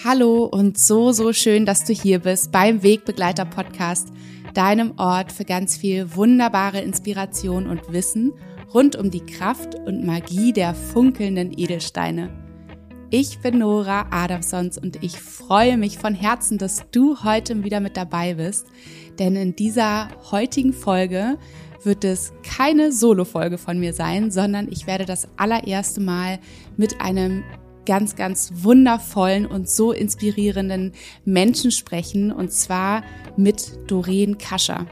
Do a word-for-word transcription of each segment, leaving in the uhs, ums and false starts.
Hallo und so, so schön, dass du hier bist beim Wegbegleiter-Podcast, deinem Ort für ganz viel wunderbare Inspiration und Wissen rund um die Kraft und Magie der funkelnden Edelsteine. Ich bin Nora Adamsons und ich freue mich von Herzen, dass du heute wieder mit dabei bist, denn in dieser heutigen Folge wird es keine Solo-Folge von mir sein, sondern ich werde das allererste Mal mit einem ganz, ganz wundervollen und so inspirierenden Menschen sprechen, und zwar mit Doreen Kascher.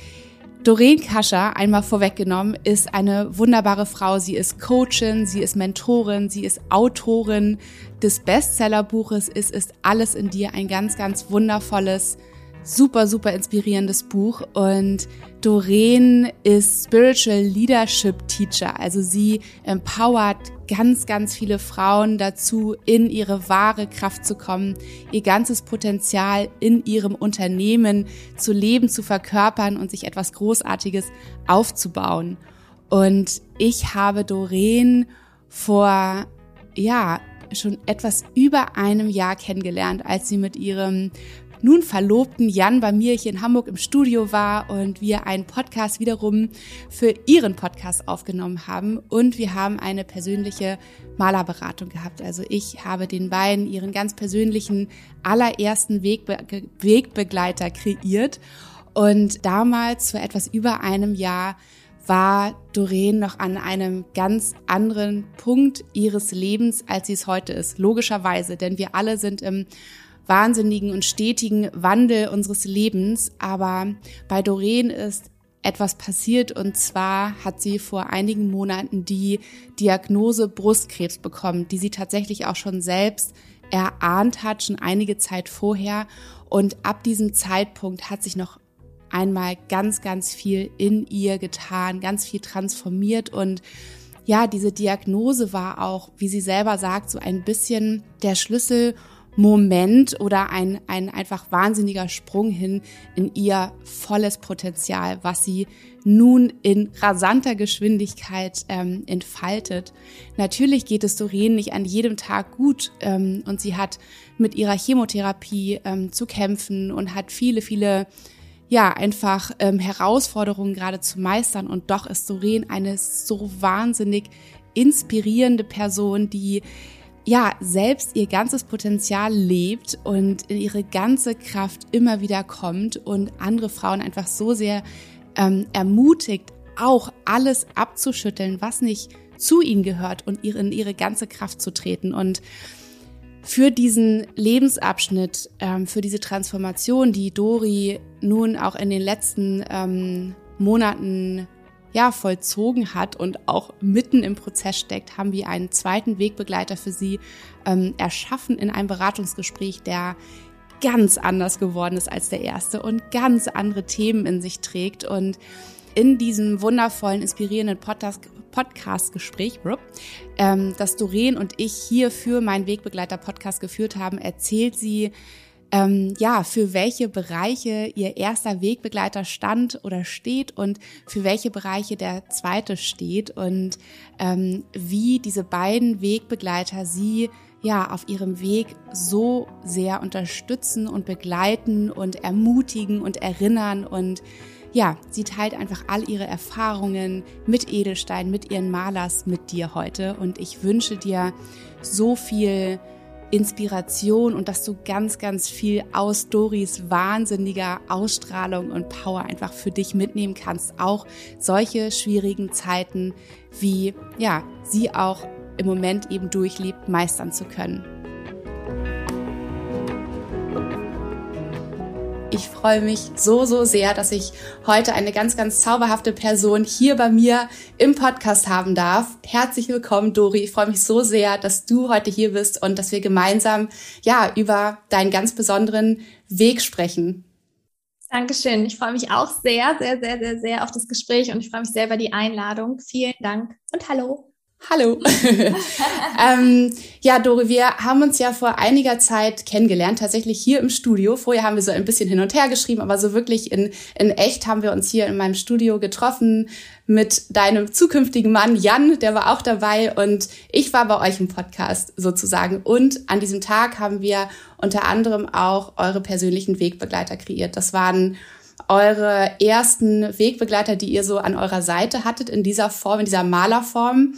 Doreen Kascher, einmal vorweggenommen, ist eine wunderbare Frau. Sie ist Coachin, sie ist Mentorin, sie ist Autorin des Bestsellerbuches Es ist alles in dir, ein ganz, ganz wundervolles, super, super inspirierendes Buch. Und Doreen ist Spiritual Leadership Teacher, also sie empowert ganz, ganz viele Frauen dazu, in ihre wahre Kraft zu kommen, ihr ganzes Potenzial in ihrem Unternehmen zu leben, zu verkörpern und sich etwas Großartiges aufzubauen. Und ich habe Doreen vor, ja, schon etwas über einem Jahr kennengelernt, als sie mit ihrem nun Verlobten Jan bei mir hier in Hamburg im Studio war und wir einen Podcast wiederum für ihren Podcast aufgenommen haben, und wir haben eine persönliche Malerberatung gehabt. Also ich habe den beiden ihren ganz persönlichen allerersten Wegbe- Wegbegleiter kreiert, und damals vor etwas über einem Jahr war Doreen noch an einem ganz anderen Punkt ihres Lebens, als sie es heute ist. Logischerweise, denn wir alle sind im wahnsinnigen und stetigen Wandel unseres Lebens. Aber bei Doreen ist etwas passiert, und zwar hat sie vor einigen Monaten die Diagnose Brustkrebs bekommen, die sie tatsächlich auch schon selbst erahnt hat, schon einige Zeit vorher. Und ab diesem Zeitpunkt hat sich noch einmal ganz, ganz viel in ihr getan, ganz viel transformiert. Und ja, diese Diagnose war auch, wie sie selber sagt, so ein bisschen der Schlüssel Moment oder ein, ein einfach wahnsinniger Sprung hin in ihr volles Potenzial, was sie nun in rasanter Geschwindigkeit ähm, entfaltet. Natürlich geht es Doreen nicht an jedem Tag gut, ähm, und sie hat mit ihrer Chemotherapie ähm, zu kämpfen und hat viele, viele ja einfach ähm, Herausforderungen gerade zu meistern, und doch ist Doreen eine so wahnsinnig inspirierende Person, die ja selbst ihr ganzes Potenzial lebt und in ihre ganze Kraft immer wieder kommt und andere Frauen einfach so sehr ähm, ermutigt, auch alles abzuschütteln, was nicht zu ihnen gehört, und in ihre ganze Kraft zu treten. Und für diesen Lebensabschnitt, ähm, für diese Transformation, die Dori nun auch in den letzten ähm, Monaten ja vollzogen hat und auch mitten im Prozess steckt, haben wir einen zweiten Wegbegleiter für sie ähm, erschaffen in einem Beratungsgespräch, der ganz anders geworden ist als der erste und ganz andere Themen in sich trägt. Und in diesem wundervollen, inspirierenden Podcast, Podcast-Gespräch, ähm, das Doreen und ich hier für meinen Wegbegleiter-Podcast geführt haben, erzählt sie, Ähm, ja, für welche Bereiche ihr erster Wegbegleiter stand oder steht und für welche Bereiche der zweite steht, und ähm, wie diese beiden Wegbegleiter sie ja auf ihrem Weg so sehr unterstützen und begleiten und ermutigen und erinnern. Und ja, sie teilt einfach all ihre Erfahrungen mit Edelstein, mit ihren Malers mit dir heute, und ich wünsche dir so viel Inspiration und dass du ganz, ganz viel aus Doris wahnsinniger Ausstrahlung und Power einfach für dich mitnehmen kannst, auch solche schwierigen Zeiten, wie ja sie auch im Moment eben durchlebt, meistern zu können. Ich freue mich so, so sehr, dass ich heute eine ganz, ganz zauberhafte Person hier bei mir im Podcast haben darf. Herzlich willkommen, Dori. Ich freue mich so sehr, dass du heute hier bist und dass wir gemeinsam ja über deinen ganz besonderen Weg sprechen. Dankeschön. Ich freue mich auch sehr, sehr, sehr, sehr, sehr auf das Gespräch, und ich freue mich sehr über die Einladung. Vielen Dank und hallo. Hallo. ähm, ja, Dori, wir haben uns ja vor einiger Zeit kennengelernt, tatsächlich hier im Studio. Vorher haben wir so ein bisschen hin und her geschrieben, aber so wirklich in, in echt haben wir uns hier in meinem Studio getroffen mit deinem zukünftigen Mann Jan, der war auch dabei und ich war bei euch im Podcast sozusagen. Und an diesem Tag haben wir unter anderem auch eure persönlichen Wegbegleiter kreiert. Das waren eure ersten Wegbegleiter, die ihr so an eurer Seite hattet in dieser Form, in dieser Malerform.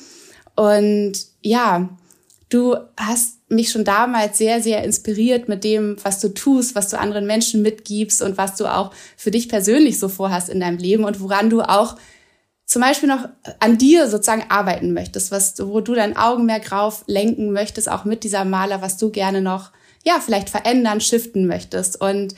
Und ja, du hast mich schon damals sehr, sehr inspiriert mit dem, was du tust, was du anderen Menschen mitgibst und was du auch für dich persönlich so vorhast in deinem Leben und woran du auch zum Beispiel noch an dir sozusagen arbeiten möchtest, was, wo du dein Augenmerk drauf lenken möchtest, auch mit dieser Maler, was du gerne noch, ja, vielleicht verändern, shiften möchtest. Und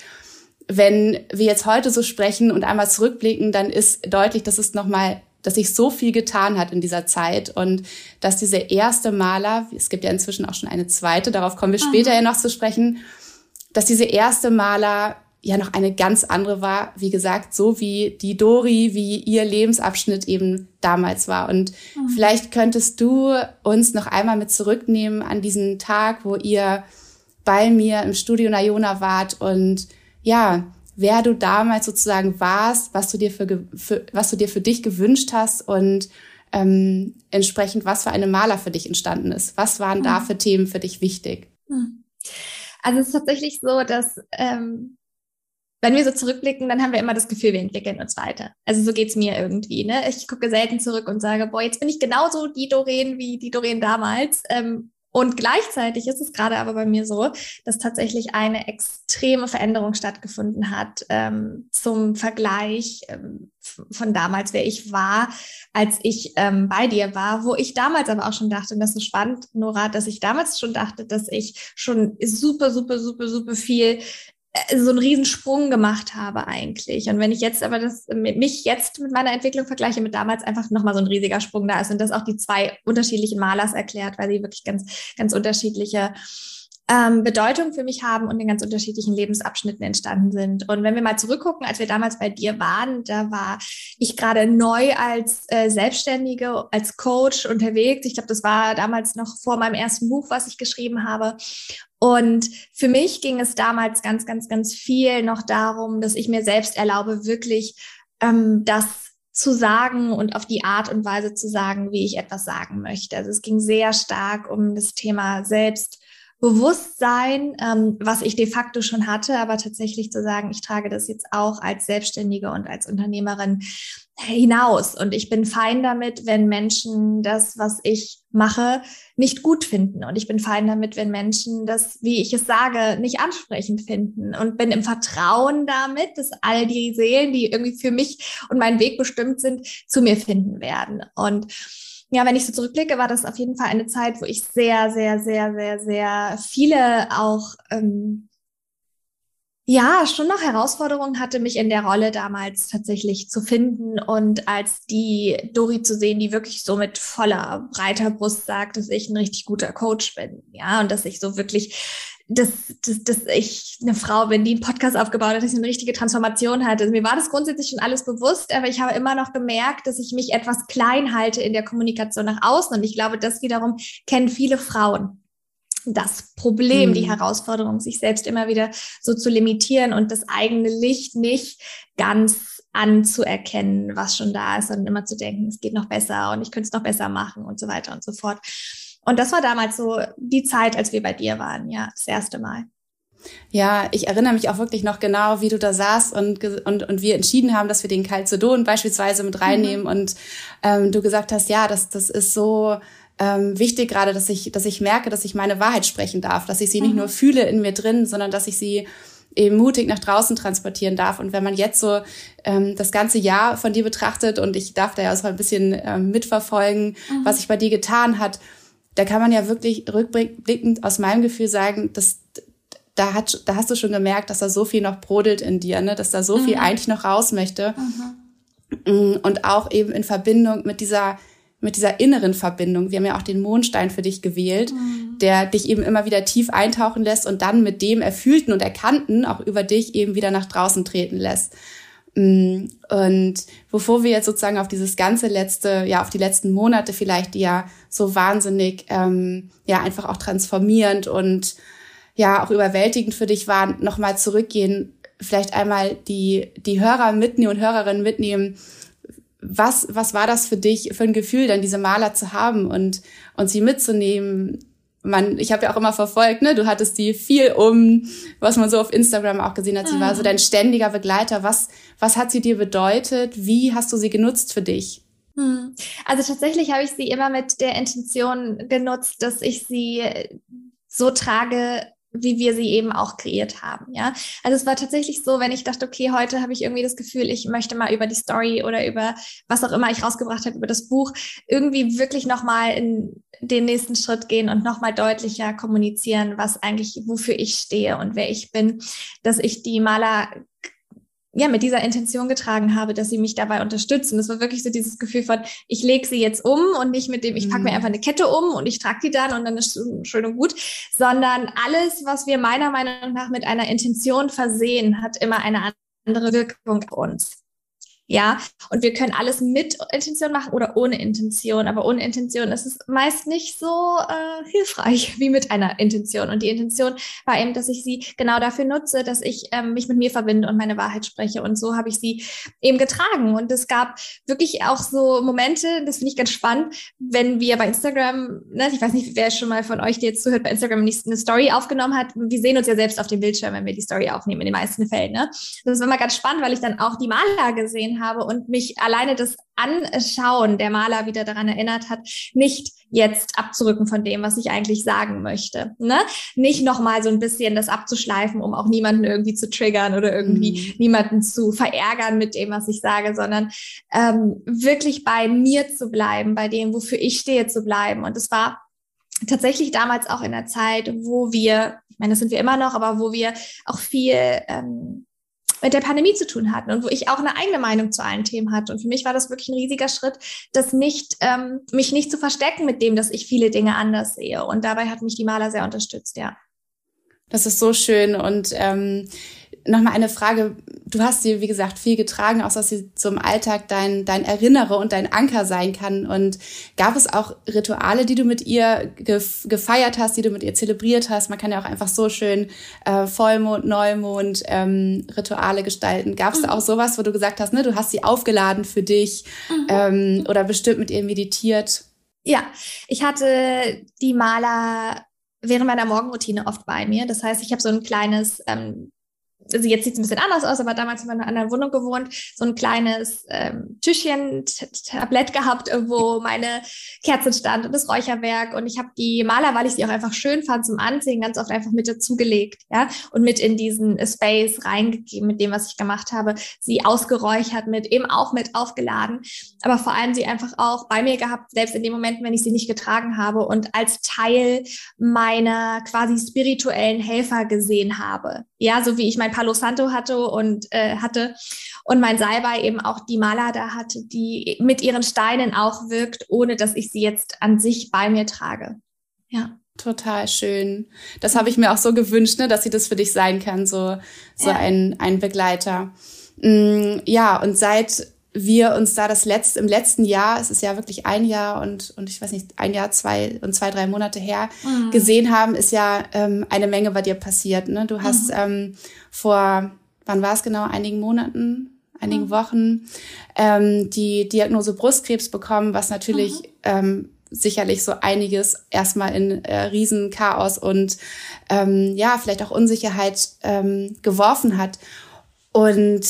wenn wir jetzt heute so sprechen und einmal zurückblicken, dann ist deutlich, dass es nochmal dass sich so viel getan hat in dieser Zeit und dass diese erste Maler, es gibt ja inzwischen auch schon eine zweite, darauf kommen wir später ja noch zu sprechen, dass diese erste Maler ja noch eine ganz andere war, wie gesagt, so wie die Dori, wie ihr Lebensabschnitt eben damals war. Und mhm. vielleicht könntest du uns noch einmal mit zurücknehmen an diesen Tag, wo ihr bei mir im Studio Nayona wart und ja, wer du damals sozusagen warst, was du dir für, für was du dir für dich gewünscht hast und ähm, entsprechend was für eine Maler für dich entstanden ist. Was waren mhm. da für Themen für dich wichtig? Also es ist tatsächlich so, dass ähm, wenn wir so zurückblicken, dann haben wir immer das Gefühl, wir entwickeln uns weiter. Also so geht's mir irgendwie. Ne? Ich gucke selten zurück und sage, boah, jetzt bin ich genauso die Doreen wie die Doreen damals. Ähm, Und gleichzeitig ist es gerade aber bei mir so, dass tatsächlich eine extreme Veränderung stattgefunden hat ähm, zum Vergleich ähm, von damals, wer ich war, als ich ähm, bei dir war, wo ich damals aber auch schon dachte, und das ist so spannend, Nora, dass ich damals schon dachte, dass ich schon super, super, super, super viel so einen Riesensprung gemacht habe eigentlich. Und wenn ich jetzt aber das mit mich jetzt mit meiner Entwicklung vergleiche mit damals, einfach nochmal so ein riesiger Sprung da ist und das auch die zwei unterschiedlichen Malers erklärt, weil sie wirklich ganz, ganz unterschiedliche ähm, Bedeutung für mich haben und in ganz unterschiedlichen Lebensabschnitten entstanden sind. Und wenn wir mal zurückgucken, als wir damals bei dir waren, da war ich gerade neu als äh, Selbstständige, als Coach unterwegs. Ich glaube, das war damals noch vor meinem ersten Buch, was ich geschrieben habe. Und für mich ging es damals ganz, ganz, ganz viel noch darum, dass ich mir selbst erlaube, wirklich ähm, das zu sagen und auf die Art und Weise zu sagen, wie ich etwas sagen möchte. Also es ging sehr stark um das Thema Selbstbewusstsein, ähm, was ich de facto schon hatte, aber tatsächlich zu sagen, ich trage das jetzt auch als Selbstständige und als Unternehmerin hinaus. Und ich bin fein damit, wenn Menschen das, was ich mache, nicht gut finden. Und ich bin fein damit, wenn Menschen das, wie ich es sage, nicht ansprechend finden. Und bin im Vertrauen damit, dass all die Seelen, die irgendwie für mich und meinen Weg bestimmt sind, zu mir finden werden. Und ja, wenn ich so zurückblicke, war das auf jeden Fall eine Zeit, wo ich sehr, sehr, sehr, sehr, sehr viele auch ähm, ja, schon noch Herausforderungen hatte, mich in der Rolle damals tatsächlich zu finden und als die Dori zu sehen, die wirklich so mit voller, breiter Brust sagt, dass ich ein richtig guter Coach bin, ja, und dass ich so wirklich, dass, dass, dass ich eine Frau bin, die einen Podcast aufgebaut hat, dass ich eine richtige Transformation hatte. Also mir war das grundsätzlich schon alles bewusst, aber ich habe immer noch gemerkt, dass ich mich etwas klein halte in der Kommunikation nach außen und ich glaube, das wiederum kennen viele Frauen. Das Problem, mhm. die Herausforderung, sich selbst immer wieder so zu limitieren und das eigene Licht nicht ganz anzuerkennen, was schon da ist, sondern immer zu denken, es geht noch besser und ich könnte es noch besser machen und so weiter und so fort. Und das war damals so die Zeit, als wir bei dir waren, ja, das erste Mal. Ja, ich erinnere mich auch wirklich noch genau, wie du da saßt und und und wir entschieden haben, dass wir den Calcedon beispielsweise mit reinnehmen mhm. und ähm, du gesagt hast, ja, das das ist so ähm, wichtig gerade, dass ich dass ich merke, dass ich meine Wahrheit sprechen darf, dass ich sie mhm. nicht nur fühle in mir drin, sondern dass ich sie eben mutig nach draußen transportieren darf. Und wenn man jetzt so ähm, das ganze Jahr von dir betrachtet und ich darf da ja auch so ein bisschen ähm, mitverfolgen, mhm. was sich bei dir getan hat, da kann man ja wirklich rückblickend aus meinem Gefühl sagen, dass Da, hat, da hast du schon gemerkt, dass da so viel noch brodelt in dir, ne? Dass da so mhm. viel eigentlich noch raus möchte. Mhm. Und auch eben in Verbindung mit dieser, mit dieser inneren Verbindung. Wir haben ja auch den Mondstein für dich gewählt, mhm. der dich eben immer wieder tief eintauchen lässt und dann mit dem Erfühlten und Erkannten auch über dich eben wieder nach draußen treten lässt. Und bevor wir jetzt sozusagen auf dieses ganze letzte, ja, auf die letzten Monate vielleicht, die ja so wahnsinnig, ähm, ja, einfach auch transformierend und ja, auch überwältigend für dich waren, nochmal zurückgehen, vielleicht einmal die, die Hörer mitnehmen und Hörerinnen mitnehmen. Was, was war das für dich, für ein Gefühl, dann diese Maler zu haben und, und sie mitzunehmen? Man, ich habe ja auch immer verfolgt, ne, du hattest die viel um, was man so auf Instagram auch gesehen hat. Sie mhm. war so dein ständiger Begleiter. Was, was hat sie dir bedeutet? Wie hast du sie genutzt für dich? Also tatsächlich habe ich sie immer mit der Intention genutzt, dass ich sie so trage, wie wir sie eben auch kreiert haben, ja. Also es war tatsächlich so, wenn ich dachte, okay, heute habe ich irgendwie das Gefühl, ich möchte mal über die Story oder über was auch immer ich rausgebracht habe, über das Buch, irgendwie wirklich nochmal in den nächsten Schritt gehen und nochmal deutlicher kommunizieren, was eigentlich, wofür ich stehe und wer ich bin, dass ich die Maler ja, mit dieser Intention getragen habe, dass sie mich dabei unterstützen. Das war wirklich so dieses Gefühl von, ich lege sie jetzt um und nicht mit dem, ich packe mir einfach eine Kette um und ich trage die dann und dann ist schön und gut, sondern alles, was wir meiner Meinung nach mit einer Intention versehen, hat immer eine andere Wirkung auf uns. Ja, und wir können alles mit Intention machen oder ohne Intention, aber ohne Intention ist es meist nicht so äh, hilfreich wie mit einer Intention. Und die Intention war eben, dass ich sie genau dafür nutze, dass ich ähm, mich mit mir verbinde und meine Wahrheit spreche. Und so habe ich sie eben getragen. Und es gab wirklich auch so Momente, das finde ich ganz spannend, wenn wir bei Instagram, ne, ich weiß nicht, wer schon mal von euch, der jetzt zuhört, bei Instagram eine Story aufgenommen hat. Wir sehen uns ja selbst auf dem Bildschirm, wenn wir die Story aufnehmen, in den meisten Fällen. Ne? Das war immer ganz spannend, weil ich dann auch die Maler gesehen habe und mich alleine das Anschauen der Maler wieder daran erinnert hat, nicht jetzt abzurücken von dem, was ich eigentlich sagen möchte. Ne? Nicht nochmal so ein bisschen das abzuschleifen, um auch niemanden irgendwie zu triggern oder irgendwie mhm. niemanden zu verärgern mit dem, was ich sage, sondern ähm, wirklich bei mir zu bleiben, bei dem, wofür ich stehe, zu bleiben. Und es war tatsächlich damals auch in der Zeit, wo wir, ich meine, das sind wir immer noch, aber wo wir auch viel ähm, mit der Pandemie zu tun hatten und wo ich auch eine eigene Meinung zu allen Themen hatte. Und für mich war das wirklich ein riesiger Schritt, das nicht, ähm, mich nicht zu verstecken mit dem, dass ich viele Dinge anders sehe. Und dabei hat mich die Maler sehr unterstützt, ja. Das ist so schön. Und ähm, nochmal eine Frage. Du hast sie, wie gesagt, viel getragen, auch dass sie zum Alltag dein, dein Erinnerer und dein Anker sein kann. Und gab es auch Rituale, die du mit ihr gef- gefeiert hast, die du mit ihr zelebriert hast? Man kann ja auch einfach so schön äh, Vollmond, Neumond, ähm, Rituale gestalten. Gab es mhm. da auch sowas, wo du gesagt hast, ne, du hast sie aufgeladen für dich mhm. ähm, oder bestimmt mit ihr meditiert? Ja, ich hatte die Maler während meiner Morgenroutine oft bei mir. Das heißt, ich habe so ein kleines ähm, also jetzt sieht es ein bisschen anders aus, aber damals haben wir in einer anderen Wohnung gewohnt, so ein kleines ähm, Tischchen, T- Tablett gehabt, wo meine Kerzen stand und das Räucherwerk und ich habe die Maler, weil ich sie auch einfach schön fand zum Anziehen, ganz oft einfach mit dazugelegt, ja, und mit in diesen Space reingegeben mit dem, was ich gemacht habe, sie ausgeräuchert mit, eben auch mit aufgeladen, aber vor allem sie einfach auch bei mir gehabt, selbst in den Momenten, wenn ich sie nicht getragen habe und als Teil meiner quasi spirituellen Helfer gesehen habe, ja, so wie ich mein Palo Santo hatte und äh, hatte und mein Salbei eben auch die Maler da hatte, die mit ihren Steinen auch wirkt, ohne dass ich sie jetzt an sich bei mir trage. Ja. Total schön. Das habe ich mir auch so gewünscht, ne, dass sie das für dich sein kann, so so ja. ein ein Begleiter. Mm, ja, und seit wir uns da das letzte, im letzten Jahr, es ist ja wirklich ein Jahr und und ich weiß nicht, ein Jahr, zwei und zwei, drei Monate her, mhm. gesehen haben, ist ja ähm, eine Menge bei dir passiert. Ne? Du hast mhm. ähm, vor, wann war es genau, einigen Monaten, einigen mhm. Wochen, ähm, die Diagnose Brustkrebs bekommen, was natürlich mhm. ähm, sicherlich so einiges erstmal in äh, Riesenchaos und ähm, ja, vielleicht auch Unsicherheit ähm, geworfen hat. Und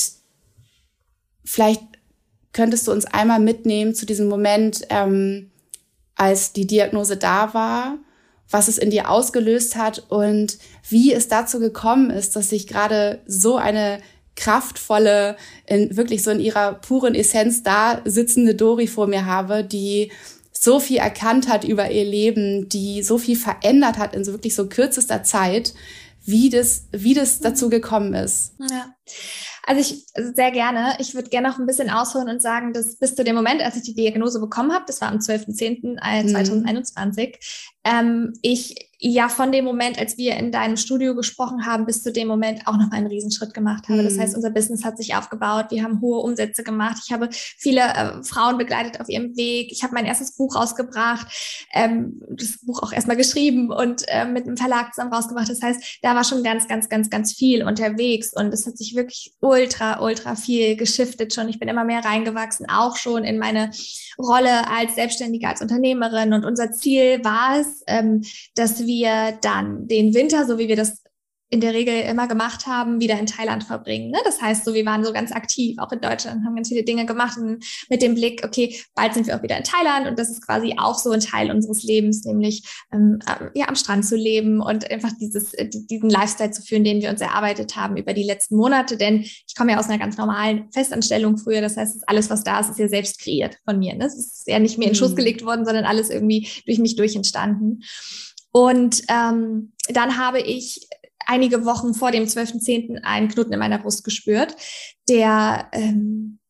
vielleicht könntest du uns einmal mitnehmen zu diesem Moment, ähm, als die Diagnose da war, was es in dir ausgelöst hat und wie es dazu gekommen ist, dass sich gerade so eine kraftvolle, in, wirklich so in ihrer puren Essenz da sitzende Dori vor mir habe, die so viel erkannt hat über ihr Leben, die so viel verändert hat in so wirklich so kürzester Zeit, wie das, wie das dazu gekommen ist. Ja. Also ich also sehr gerne. Ich würde gerne noch ein bisschen ausholen und sagen, dass bis zu dem Moment, als ich die Diagnose bekommen habe, das war am zwölften zehnten zweitausendeinundzwanzig, mhm. ähm, ich ja von dem Moment, als wir in deinem Studio gesprochen haben, bis zu dem Moment auch noch einen Riesenschritt gemacht habe. Das heißt, unser Business hat sich aufgebaut, wir haben hohe Umsätze gemacht. Ich habe viele äh, Frauen begleitet auf ihrem Weg. Ich habe mein erstes Buch rausgebracht, ähm, das Buch auch erstmal geschrieben und äh, mit einem Verlag zusammen rausgebracht. Das heißt, da war schon ganz, ganz, ganz, ganz viel unterwegs und es hat sich wirklich ultra, ultra viel geschiftet schon. Ich bin immer mehr reingewachsen, auch schon in meine Rolle als Selbstständige, als Unternehmerin. Und unser Ziel war es, ähm, dass wir dann den Winter, so wie wir das in der Regel immer gemacht haben, wieder in Thailand verbringen. Ne? Das heißt, so wir waren so ganz aktiv, auch in Deutschland, haben ganz viele Dinge gemacht und mit dem Blick, okay, bald sind wir auch wieder in Thailand und das ist quasi auch so ein Teil unseres Lebens, nämlich ähm, ja am Strand zu leben und einfach dieses diesen Lifestyle zu führen, den wir uns erarbeitet haben über die letzten Monate. Denn ich komme ja aus einer ganz normalen Festanstellung früher, das heißt, alles, was da ist, ist ja selbst kreiert von mir. Ne? Es ist ja nicht mir in den Schuss gelegt worden, sondern alles irgendwie durch mich durch entstanden. Und ähm, dann habe ich einige Wochen vor dem zwölften zehnten einen Knoten in meiner Brust gespürt, der ähm,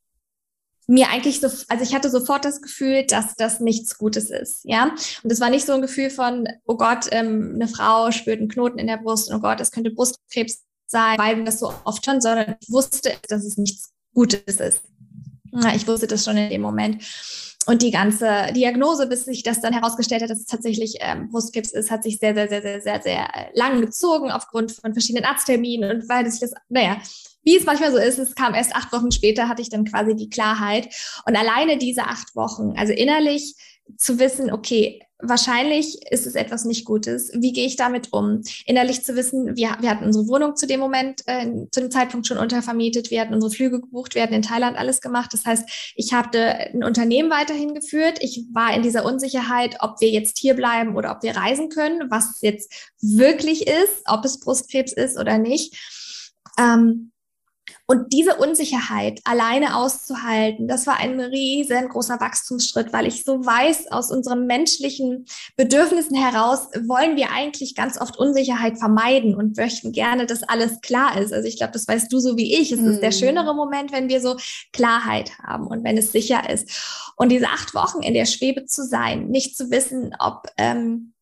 mir eigentlich so, also ich hatte sofort das Gefühl, dass das nichts Gutes ist, ja. Und es war nicht so ein Gefühl von, oh Gott, ähm, eine Frau spürt einen Knoten in der Brust und oh Gott, das könnte Brustkrebs sein, weil das so oft schon, sondern ich wusste, dass es nichts Gutes ist. Ja, ich wusste das schon in dem Moment. Und die ganze Diagnose, bis sich das dann herausgestellt hat, dass es tatsächlich ähm, Brustkrebs ist, hat sich sehr, sehr, sehr, sehr, sehr, sehr lang gezogen aufgrund von verschiedenen Arztterminen und weil sich das, naja, wie es manchmal so ist, es kam erst acht Wochen später, hatte ich dann quasi die Klarheit. Und alleine diese acht Wochen, also innerlich zu wissen, okay, wahrscheinlich ist es etwas nicht Gutes. Wie gehe ich damit um? Innerlich zu wissen, wir, wir hatten unsere Wohnung zu dem Moment, äh, zu dem Zeitpunkt schon untervermietet, wir hatten unsere Flüge gebucht, wir hatten in Thailand alles gemacht. Das heißt, ich habe ein Unternehmen weiterhin geführt. Ich war in dieser Unsicherheit, ob wir jetzt hier bleiben oder ob wir reisen können, was jetzt wirklich ist, ob es Brustkrebs ist oder nicht. Ähm, Und diese Unsicherheit alleine auszuhalten, das war ein riesengroßer Wachstumsschritt, weil ich so weiß, aus unseren menschlichen Bedürfnissen heraus wollen wir eigentlich ganz oft Unsicherheit vermeiden und möchten gerne, dass alles klar ist. Also ich glaube, das weißt du so wie ich. Es mm. ist der schönere Moment, wenn wir so Klarheit haben und wenn es sicher ist. Und diese acht Wochen in der Schwebe zu sein, nicht zu wissen, ob ähm,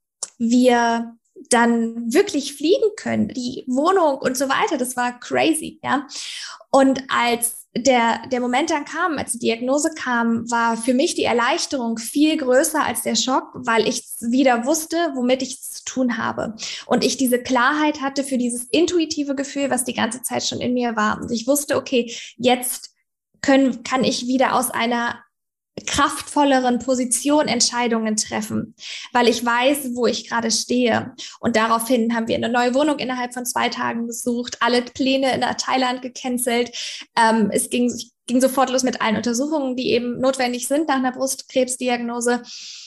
wir dann wirklich fliegen können, die Wohnung und so weiter, das war crazy, ja. Und als der, der Moment dann kam, als die Diagnose kam, war für mich die Erleichterung viel größer als der Schock, weil ich wieder wusste, womit ich es zu tun habe. Und ich diese Klarheit hatte für dieses intuitive Gefühl, was die ganze Zeit schon in mir war. Und ich wusste, okay, jetzt können, kann ich wieder aus einer kraftvolleren Position Entscheidungen treffen, weil ich weiß, wo ich gerade stehe. Und daraufhin haben wir eine neue Wohnung innerhalb von zwei Tagen gesucht, alle Pläne in Thailand gecancelt. Ähm, es ging, ging sofort los mit allen Untersuchungen, die eben notwendig sind nach einer Brustkrebsdiagnose.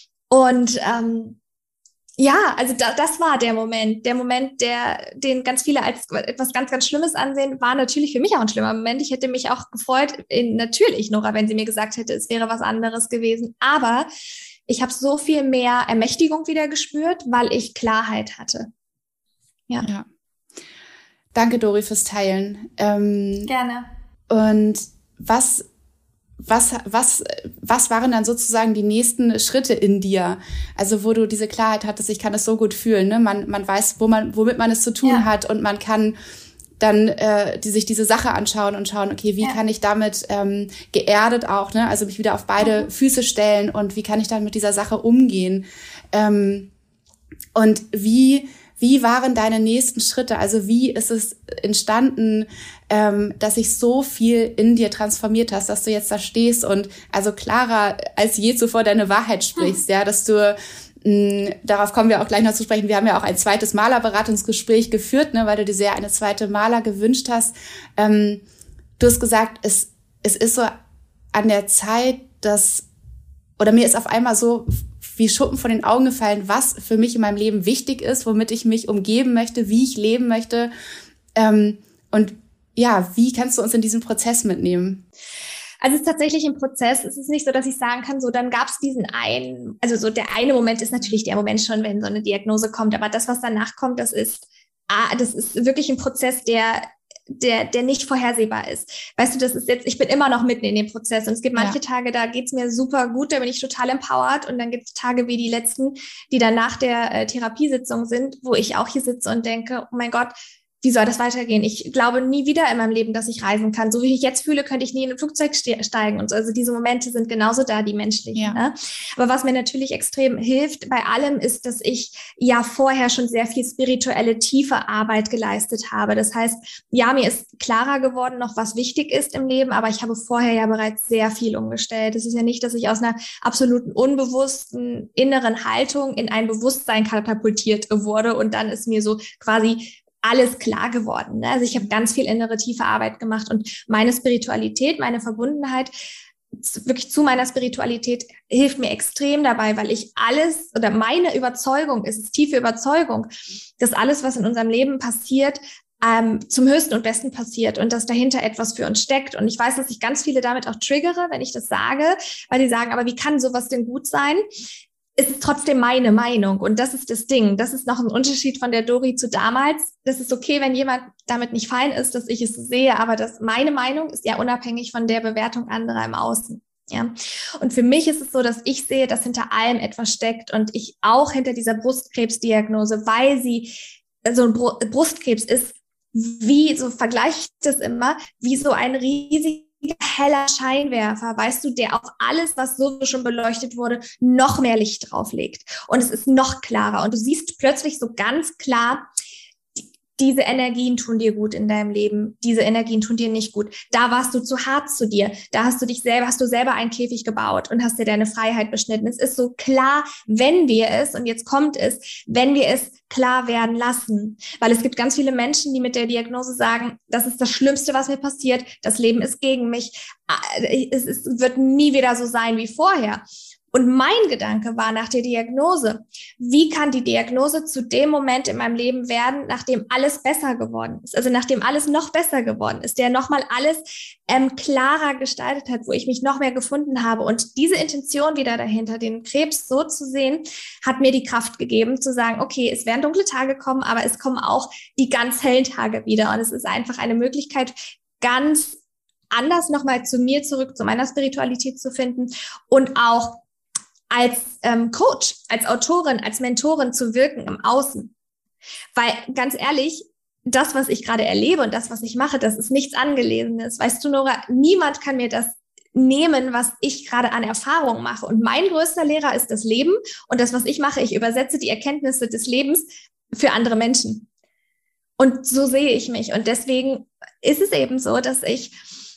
Und ähm, ja, also da, das war der Moment, der Moment, der den ganz viele als etwas ganz, ganz Schlimmes ansehen, war natürlich für mich auch ein schlimmer Moment. Ich hätte mich auch gefreut, in, natürlich, Nora, wenn sie mir gesagt hätte, es wäre was anderes gewesen. Aber ich habe so viel mehr Ermächtigung wieder gespürt, weil ich Klarheit hatte. Ja. ja. Danke, Dori, fürs Teilen. Ähm, Gerne. Und was Was, was, was waren dann sozusagen die nächsten Schritte in dir? Also wo du diese Klarheit hattest, ich kann es so gut fühlen, ne? Man, man weiß, wo man, womit man es zu tun ja. hat und man kann dann äh, die, sich diese Sache anschauen und schauen, okay, wie ja. kann ich damit ähm, geerdet auch, ne? Also mich wieder auf beide mhm. Füße stellen und wie kann ich dann mit dieser Sache umgehen? Ähm, und wie Wie waren deine nächsten Schritte? Also wie ist es entstanden, ähm, dass sich so viel in dir transformiert hast, dass du jetzt da stehst und also klarer als je zuvor deine Wahrheit sprichst, hm. ja, dass du, mh, darauf kommen wir auch gleich noch zu sprechen, wir haben ja auch ein zweites Malerberatungsgespräch geführt, ne, weil du dir sehr eine zweite Maler gewünscht hast. Ähm, du hast gesagt, es, es ist so an der Zeit, dass, oder mir ist auf einmal so wie Schuppen von den Augen gefallen, was für mich in meinem Leben wichtig ist, womit ich mich umgeben möchte, wie ich leben möchte. Ähm, und ja, wie kannst du uns in diesen Prozess mitnehmen? Also es ist tatsächlich ein Prozess. Es ist nicht so, dass ich sagen kann, so dann gab es diesen einen, also so der eine Moment ist natürlich der Moment schon, wenn so eine Diagnose kommt, aber das, was danach kommt, das ist, ah, das ist wirklich ein Prozess, der der, der nicht vorhersehbar ist. Weißt du, das ist jetzt, ich bin immer noch mitten in dem Prozess und es gibt manche ja. Tage, da geht's mir super gut, da bin ich total empowered und dann gibt es Tage wie die letzten, die dann nach der äh, Therapiesitzung sind, wo ich auch hier sitze und denke, oh mein Gott, wie soll das weitergehen? Ich glaube nie wieder in meinem Leben, dass ich reisen kann. So wie ich jetzt fühle, könnte ich nie in ein Flugzeug ste- steigen und so. Also diese Momente sind genauso da, die menschlichen. Ja. Ne? Aber was mir natürlich extrem hilft bei allem, ist, dass ich ja vorher schon sehr viel spirituelle, tiefe Arbeit geleistet habe. Das heißt, ja, mir ist klarer geworden noch, was wichtig ist im Leben, aber ich habe vorher ja bereits sehr viel umgestellt. Es ist ja nicht, dass ich aus einer absoluten unbewussten inneren Haltung in ein Bewusstsein katapultiert wurde und dann ist mir so quasi alles klar geworden. Ne? Also ich habe ganz viel innere, tiefe Arbeit gemacht und meine Spiritualität, meine Verbundenheit wirklich zu meiner Spiritualität hilft mir extrem dabei, weil ich alles oder meine Überzeugung ist, ist tiefe Überzeugung, dass alles, was in unserem Leben passiert, ähm, zum höchsten und besten passiert und dass dahinter etwas für uns steckt. Und ich weiß, dass ich ganz viele damit auch triggere, wenn ich das sage, weil die sagen, aber wie kann sowas denn gut sein? Es ist trotzdem meine Meinung und das ist das Ding. Das ist noch ein Unterschied von der Dori zu damals. Das ist okay, wenn jemand damit nicht fein ist, dass ich es sehe, aber das, meine Meinung ist ja unabhängig von der Bewertung anderer im Außen. Ja. Und für mich ist es so, dass ich sehe, dass hinter allem etwas steckt und ich auch hinter dieser Brustkrebsdiagnose, weil sie so ein Brustkrebs ist, wie, so vergleiche ich das immer, wie so ein riesiger heller Scheinwerfer, weißt du, der auf alles, was so schon beleuchtet wurde, noch mehr Licht drauflegt. Und es ist noch klarer. Und du siehst plötzlich so ganz klar, diese Energien tun dir gut in deinem Leben, diese Energien tun dir nicht gut. Da warst du zu hart zu dir, da hast du dich selber, hast du selber einen Käfig gebaut und hast dir deine Freiheit beschnitten. Es ist so klar, wenn wir es, und jetzt kommt es, wenn wir es klar werden lassen. Weil es gibt ganz viele Menschen, die mit der Diagnose sagen, das ist das Schlimmste, was mir passiert, das Leben ist gegen mich, es, es wird nie wieder so sein wie vorher. Und mein Gedanke war nach der Diagnose, wie kann die Diagnose zu dem Moment in meinem Leben werden, nachdem alles besser geworden ist, also nachdem alles noch besser geworden ist, der nochmal alles ähm, klarer gestaltet hat, wo ich mich noch mehr gefunden habe. Und diese Intention wieder dahinter, den Krebs so zu sehen, hat mir die Kraft gegeben, zu sagen, okay, es werden dunkle Tage kommen, aber es kommen auch die ganz hellen Tage wieder. Und es ist einfach eine Möglichkeit, ganz anders nochmal zu mir zurück, zu meiner Spiritualität zu finden und auch als ähm, Coach, als Autorin, als Mentorin zu wirken im Außen. Weil ganz ehrlich, das, was ich gerade erlebe und das, was ich mache, das ist nichts Angelesenes. Weißt du, Nora, niemand kann mir das nehmen, was ich gerade an Erfahrungen mache. Und mein größter Lehrer ist das Leben. Und das, was ich mache, ich übersetze die Erkenntnisse des Lebens für andere Menschen. Und so sehe ich mich. Und deswegen ist es eben so, dass ich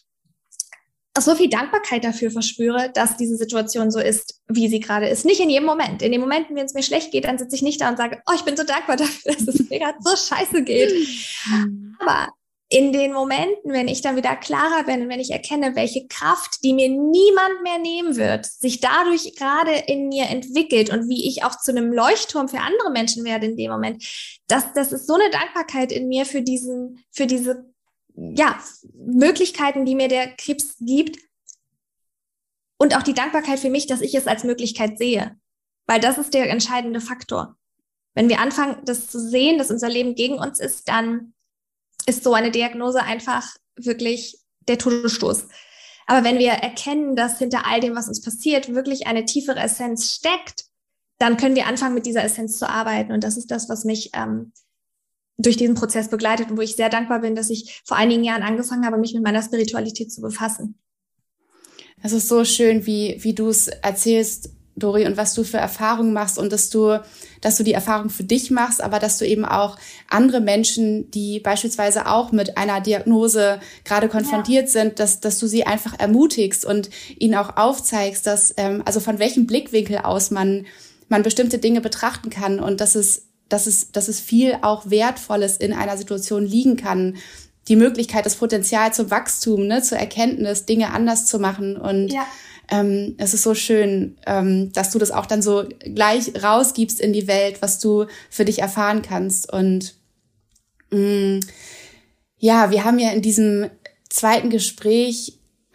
so viel Dankbarkeit dafür verspüre, dass diese Situation so ist, wie sie gerade ist. Nicht in jedem Moment. In den Momenten, wenn es mir schlecht geht, dann sitze ich nicht da und sage, oh, ich bin so dankbar dafür, dass es mir gerade so scheiße geht. Aber in den Momenten, wenn ich dann wieder klarer bin und wenn ich erkenne, welche Kraft, die mir niemand mehr nehmen wird, sich dadurch gerade in mir entwickelt und wie ich auch zu einem Leuchtturm für andere Menschen werde in dem Moment, das, das ist so eine Dankbarkeit in mir für diesen, für diese ja, Möglichkeiten, die mir der Krebs gibt und auch die Dankbarkeit für mich, dass ich es als Möglichkeit sehe, weil das ist der entscheidende Faktor. Wenn wir anfangen, das zu sehen, dass unser Leben gegen uns ist, dann ist so eine Diagnose einfach wirklich der Todesstoß. Aber wenn wir erkennen, dass hinter all dem, was uns passiert, wirklich eine tiefere Essenz steckt, dann können wir anfangen, mit dieser Essenz zu arbeiten und das ist das, was mich ähm, durch diesen Prozess begleitet und wo ich sehr dankbar bin, dass ich vor einigen Jahren angefangen habe, mich mit meiner Spiritualität zu befassen. Es ist so schön, wie wie du es erzählst, Dori, und was du für Erfahrungen machst und dass du dass du die Erfahrung für dich machst, aber dass du eben auch andere Menschen, die beispielsweise auch mit einer Diagnose gerade konfrontiert ja. sind, dass dass du sie einfach ermutigst und ihnen auch aufzeigst, dass ähm, also von welchem Blickwinkel aus man man bestimmte Dinge betrachten kann und dass es dass es, dass es viel auch Wertvolles in einer Situation liegen kann. Die Möglichkeit, das Potenzial zum Wachstum, ne, zur Erkenntnis, Dinge anders zu machen. Und ja. ähm, es ist so schön, ähm, dass du das auch dann so gleich rausgibst in die Welt, was du für dich erfahren kannst. Und mh, ja, wir haben ja in diesem zweiten Gespräch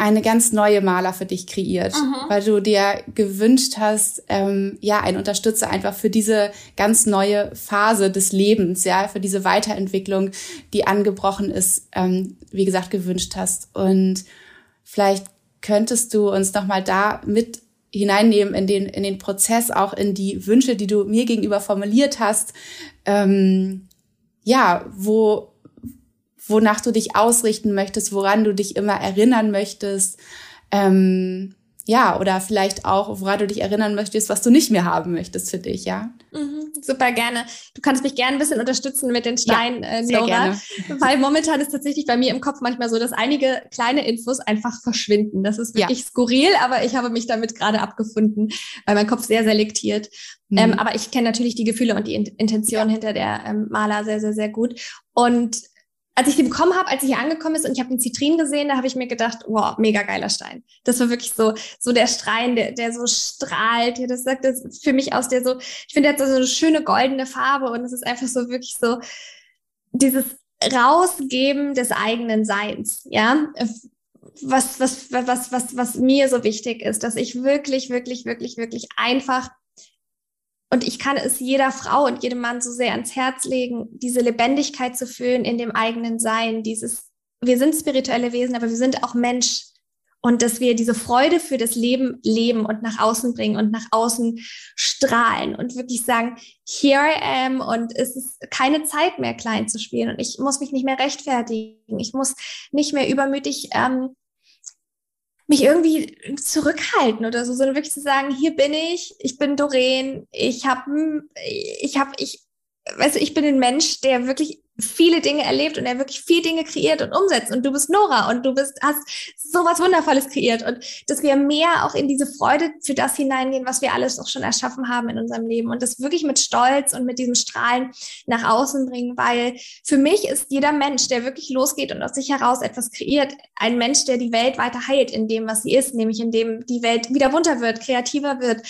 eine ganz neue Maler für dich kreiert, mhm. weil du dir gewünscht hast, ähm, ja, einen Unterstützer einfach für diese ganz neue Phase des Lebens, ja, für diese Weiterentwicklung, die angebrochen ist, ähm, wie gesagt, gewünscht hast. Und vielleicht könntest du uns nochmal da mit hineinnehmen in den, in den Prozess, auch in die Wünsche, die du mir gegenüber formuliert hast, ähm, ja, wo, wonach du dich ausrichten möchtest, woran du dich immer erinnern möchtest, ähm, ja, oder vielleicht auch, woran du dich erinnern möchtest, was du nicht mehr haben möchtest für dich, ja? Mhm, super gerne. Du kannst mich gerne ein bisschen unterstützen mit den Steinen, ja, äh, Nora, gerne. Weil momentan ist tatsächlich bei mir im Kopf manchmal so, dass einige kleine Infos einfach verschwinden. Das ist wirklich ja. skurril, aber ich habe mich damit gerade abgefunden, weil mein Kopf sehr selektiert. Mhm. Ähm, aber ich kenne natürlich die Gefühle und die In- Intention ja. hinter der ähm, Maler sehr, sehr, sehr gut. Und als ich die bekommen habe, als ich hier angekommen ist und ich habe den Zitrin gesehen, da habe ich mir gedacht, wow, mega geiler Stein. Das war wirklich so so der Stein, der der so strahlt. Ja, das sagt das für mich aus, der so, ich finde, der hat so eine schöne goldene Farbe und es ist einfach so wirklich so dieses Rausgeben des eigenen Seins, ja. Was was was was was mir so wichtig ist, dass ich wirklich wirklich wirklich wirklich einfach, und ich kann es jeder Frau und jedem Mann so sehr ans Herz legen, diese Lebendigkeit zu fühlen in dem eigenen Sein, dieses, wir sind spirituelle Wesen, aber wir sind auch Mensch, und dass wir diese Freude für das Leben leben und nach außen bringen und nach außen strahlen und wirklich sagen, here I am, und es ist keine Zeit mehr, klein zu spielen, und ich muss mich nicht mehr rechtfertigen, ich muss nicht mehr übermütig ähm, mich irgendwie zurückhalten oder so, sondern wirklich zu sagen, hier bin ich, ich bin Doreen, ich habe, ich habe, ich, weißt du, ich bin ein Mensch, der wirklich viele Dinge erlebt und der wirklich viele Dinge kreiert und umsetzt, und du bist Nora und du bist, hast sowas Wundervolles kreiert, und dass wir mehr auch in diese Freude für das hineingehen, was wir alles auch schon erschaffen haben in unserem Leben, und das wirklich mit Stolz und mit diesem Strahlen nach außen bringen, weil für mich ist jeder Mensch, der wirklich losgeht und aus sich heraus etwas kreiert, ein Mensch, der die Welt weiter heilt in dem, was sie ist, nämlich in dem die Welt wieder bunter wird, kreativer wird.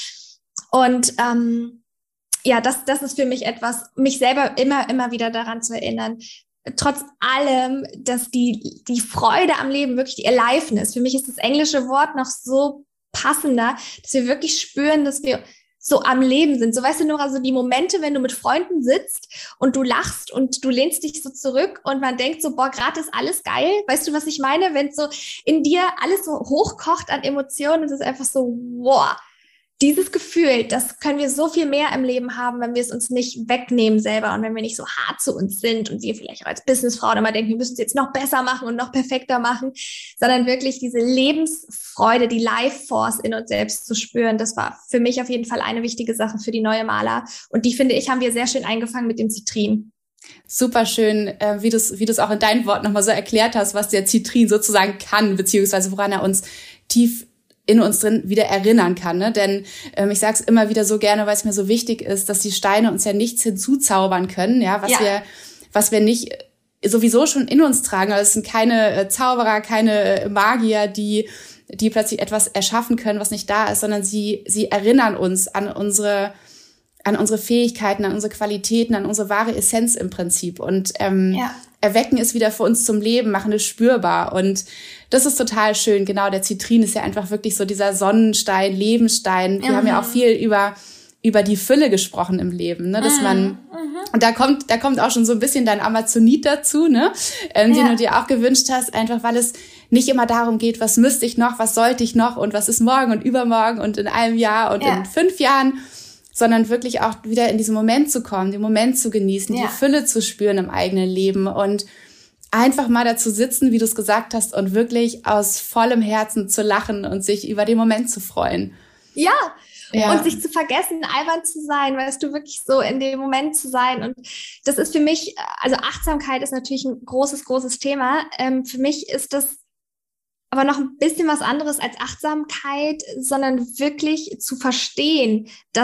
Und ähm, ja, das, das ist für mich etwas, mich selber immer, immer wieder daran zu erinnern, trotz allem, dass die, die Freude am Leben, wirklich die Aliveness, für mich ist das englische Wort noch so passender, dass wir wirklich spüren, dass wir so am Leben sind. So, weißt du, Nora, so die Momente, wenn du mit Freunden sitzt und du lachst und du lehnst dich so zurück und man denkt so, boah, gerade ist alles geil. Weißt du, was ich meine? Wenn so in dir alles so hochkocht an Emotionen, es ist einfach so, wow. Dieses Gefühl, das können wir so viel mehr im Leben haben, wenn wir es uns nicht wegnehmen selber und wenn wir nicht so hart zu uns sind und wir vielleicht auch als Businessfrauen immer denken, wir müssen es jetzt noch besser machen und noch perfekter machen, sondern wirklich diese Lebensfreude, die Life Force in uns selbst zu spüren. Das war für mich auf jeden Fall eine wichtige Sache für die neue Maler, und die, finde ich, haben wir sehr schön eingefangen mit dem Zitrin. Super schön, äh, wie du es wie du es auch in deinen Worten nochmal so erklärt hast, was der Zitrin sozusagen kann, beziehungsweise woran er uns tief in uns drin wieder erinnern kann, ne? Denn ähm, ich sage es immer wieder so gerne, weil es mir so wichtig ist, dass die Steine uns ja nichts hinzuzaubern können, ja, was ja. wir, was wir nicht sowieso schon in uns tragen. Also es sind keine äh, Zauberer, keine äh, Magier, die die plötzlich etwas erschaffen können, was nicht da ist, sondern sie sie erinnern uns an unsere an unsere Fähigkeiten, an unsere Qualitäten, an unsere wahre Essenz im Prinzip, und ähm, ja. erwecken es wieder für uns zum Leben, machen es spürbar, und das ist total schön. Genau, der Zitrin ist ja einfach wirklich so dieser Sonnenstein, Lebensstein. Wir mhm. haben ja auch viel über über die Fülle gesprochen im Leben, ne, dass mhm. man mhm. und da kommt da kommt auch schon so ein bisschen dein Amazonit dazu, ne, ähm, ja. den du dir auch gewünscht hast, einfach weil es nicht immer darum geht, was müsste ich noch, was sollte ich noch und was ist morgen und übermorgen und in einem Jahr und ja. in fünf Jahren, sondern wirklich auch wieder in diesen Moment zu kommen, den Moment zu genießen, ja. die Fülle zu spüren im eigenen Leben und einfach mal dazu sitzen, wie du es gesagt hast, und wirklich aus vollem Herzen zu lachen und sich über den Moment zu freuen. Ja, ja. Und sich zu vergessen, albern zu sein, weißt du, wirklich so in dem Moment zu sein. Und das ist für mich, also Achtsamkeit ist natürlich ein großes, großes Thema. Ähm, für mich ist das aber noch ein bisschen was anderes als Achtsamkeit, sondern wirklich zu verstehen, dass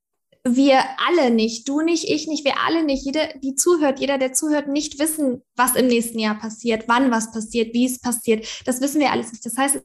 wir alle nicht, du nicht, ich nicht, wir alle nicht, jeder, die zuhört, jeder, der zuhört, nicht wissen, was im nächsten Jahr passiert, wann was passiert, wie es passiert. Das wissen wir alles nicht. Das heißt,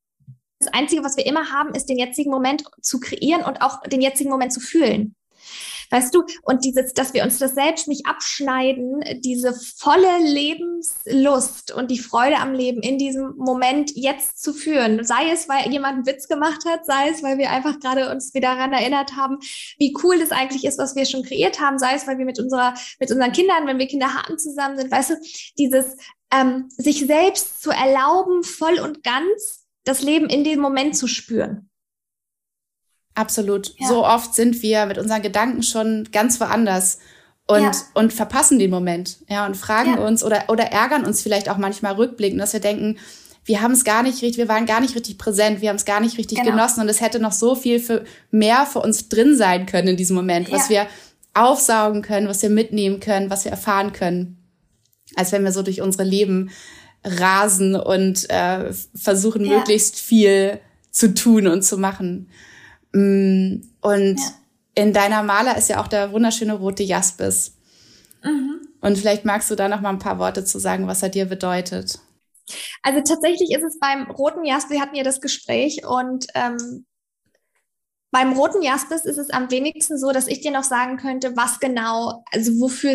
das Einzige, was wir immer haben, ist den jetzigen Moment zu kreieren und auch den jetzigen Moment zu fühlen. Weißt du, und dieses, dass wir uns das selbst nicht abschneiden, diese volle Lebenslust und die Freude am Leben in diesem Moment jetzt zu führen. Sei es, weil jemand einen Witz gemacht hat, sei es, weil wir einfach gerade uns wieder daran erinnert haben, wie cool das eigentlich ist, was wir schon kreiert haben, sei es, weil wir mit unserer, mit unseren Kindern, wenn wir Kinder hatten, zusammen sind, weißt du, dieses, ähm, sich selbst zu erlauben, voll und ganz das Leben in dem Moment zu spüren. Absolut. Ja. So oft sind wir mit unseren Gedanken schon ganz woanders und, ja. und verpassen den Moment, ja, und fragen ja. uns oder, oder ärgern uns vielleicht auch manchmal rückblickend, dass wir denken, wir haben es gar nicht richtig, wir waren gar nicht richtig präsent, wir haben es gar nicht richtig genau. genossen und es hätte noch so viel für mehr für uns drin sein können in diesem Moment, ja. was wir aufsaugen können, was wir mitnehmen können, was wir erfahren können, als wenn wir so durch unsere Leben rasen und äh, versuchen, ja. möglichst viel zu tun und zu machen. Und ja. in deiner Maler ist ja auch der wunderschöne rote Jaspis. Mhm. Und vielleicht magst du da noch mal ein paar Worte zu sagen, was er dir bedeutet. Also tatsächlich ist es beim roten Jaspis, wir hatten ja das Gespräch und ähm, beim roten Jaspis ist es am wenigsten so, dass ich dir noch sagen könnte, was genau, also wofür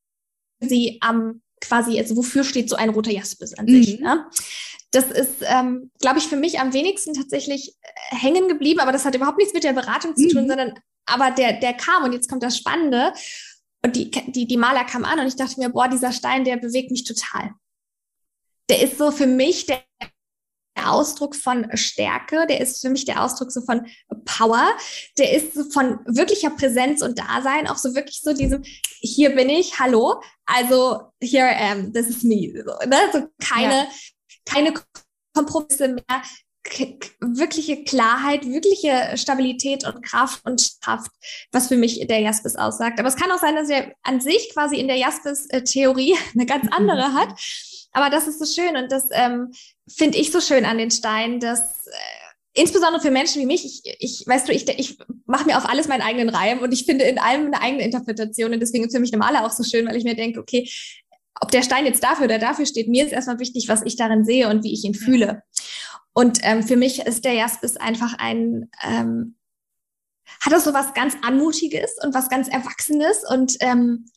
sie am quasi, also wofür steht so ein roter Jaspis an mhm. sich, ne? Das ist, ähm, glaube ich, für mich am wenigsten tatsächlich äh, hängen geblieben, aber das hat überhaupt nichts mit der Beratung zu tun, mhm. sondern aber der, der kam und jetzt kommt das Spannende und die, die, die Maler kam an und ich dachte mir, boah, dieser Stein, der bewegt mich total. Der ist so für mich der Ausdruck von Stärke, der ist für mich der Ausdruck so von Power, der ist so von wirklicher Präsenz und Dasein, auch so wirklich so diesem, hier bin ich, hallo, also here I am, this is me, so, ne? So keine, ja. keine Kompromisse mehr, k- wirkliche Klarheit, wirkliche Stabilität und Kraft und Kraft, was für mich der Jaspis aussagt. Aber es kann auch sein, dass er an sich quasi in der Jaspis-Theorie eine ganz andere hat. Aber das ist so schön und das ähm, finde ich so schön an den Steinen, dass äh, insbesondere für Menschen wie mich, ich, ich weißt du, ich, ich mache mir auf alles meinen eigenen Reim und ich finde in allem eine eigene Interpretation und deswegen ist für mich eine Maler auch so schön, weil ich mir denke, okay, ob der Stein jetzt dafür oder dafür steht, mir ist erstmal wichtig, was ich darin sehe und wie ich ihn fühle. Und ähm, für mich ist der Jaspis einfach ein, ähm, hat das so was ganz Anmutiges und was ganz Erwachsenes und ähm,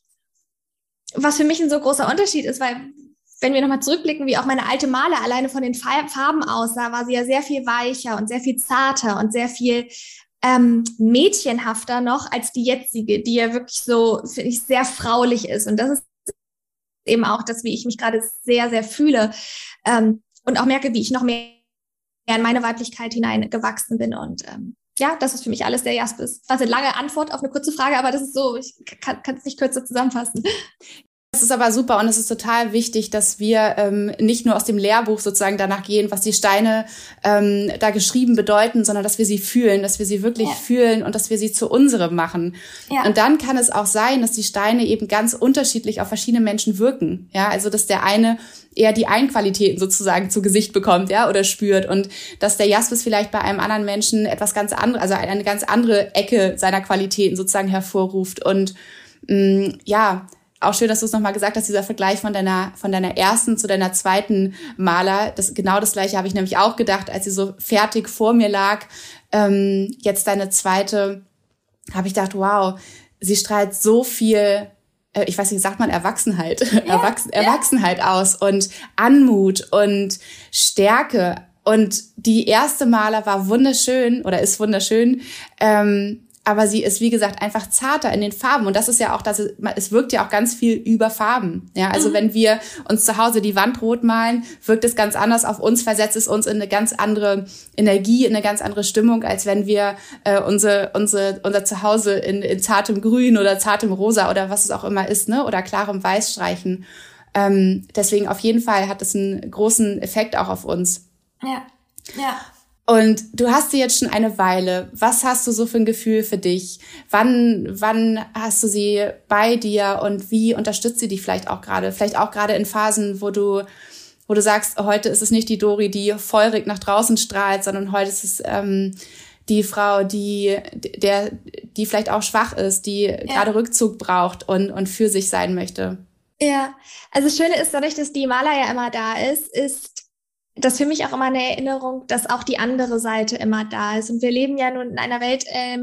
was für mich ein so großer Unterschied ist, weil wenn wir nochmal zurückblicken, wie auch meine alte Maler alleine von den Farben aussah, war sie ja sehr viel weicher und sehr viel zarter und sehr viel ähm, mädchenhafter noch als die jetzige, die ja wirklich so, finde ich, sehr fraulich ist. Und das ist eben auch das, wie ich mich gerade sehr, sehr fühle ähm, und auch merke, wie ich noch mehr in meine Weiblichkeit hineingewachsen bin. Und ähm, ja, das ist für mich alles der Jaspis. Das ist eine lange Antwort auf eine kurze Frage, aber das ist so, ich kann es nicht kürzer zusammenfassen. Das ist aber super und es ist total wichtig, dass wir ähm, nicht nur aus dem Lehrbuch sozusagen danach gehen, was die Steine ähm, da geschrieben bedeuten, sondern dass wir sie fühlen, dass wir sie wirklich ja. fühlen und dass wir sie zu unserem machen. Ja. Und dann kann es auch sein, dass die Steine eben ganz unterschiedlich auf verschiedene Menschen wirken. Ja, also dass der eine eher die Einqualitäten sozusagen zu Gesicht bekommt, ja, oder spürt und dass der Jaspis vielleicht bei einem anderen Menschen etwas ganz anderes, also eine ganz andere Ecke seiner Qualitäten sozusagen hervorruft und mh, ja. Auch schön, dass du es nochmal gesagt hast, dieser Vergleich von deiner von deiner ersten zu deiner zweiten Maler. Das, genau das Gleiche habe ich nämlich auch gedacht, als sie so fertig vor mir lag. Ähm, jetzt deine zweite, habe ich gedacht, wow, sie strahlt so viel, äh, ich weiß nicht, sagt man Erwachsenheit, ja, Erwachsen, ja. Erwachsenheit aus und Anmut und Stärke. Und die erste Maler war wunderschön oder ist wunderschön, ähm, aber sie ist, wie gesagt, einfach zarter in den Farben. Und das ist ja auch, dass es, es wirkt ja auch ganz viel über Farben. Ja, also mhm. wenn wir uns zu Hause die Wand rot malen, wirkt es ganz anders auf uns, versetzt es uns in eine ganz andere Energie, in eine ganz andere Stimmung, als wenn wir äh, unsere, unsere, unser Zuhause in, in zartem Grün oder zartem Rosa oder was es auch immer ist, ne, oder klarem Weiß streichen. Ähm, deswegen auf jeden Fall hat es einen großen Effekt auch auf uns. Ja, ja. Und du hast sie jetzt schon eine Weile. Was hast du so für ein Gefühl für dich? Wann, wann hast du sie bei dir und wie unterstützt sie dich vielleicht auch gerade? Vielleicht auch gerade in Phasen, wo du, wo du sagst, heute ist es nicht die Dori, die feurig nach draußen strahlt, sondern heute ist es ähm, die Frau, die, der, die vielleicht auch schwach ist, die ja. gerade Rückzug braucht und, und für sich sein möchte. Ja, also das Schöne ist, dadurch, dass die Maler ja immer da ist, ist das für mich auch immer eine Erinnerung, dass auch die andere Seite immer da ist. Und wir leben ja nun in einer Welt, ähm,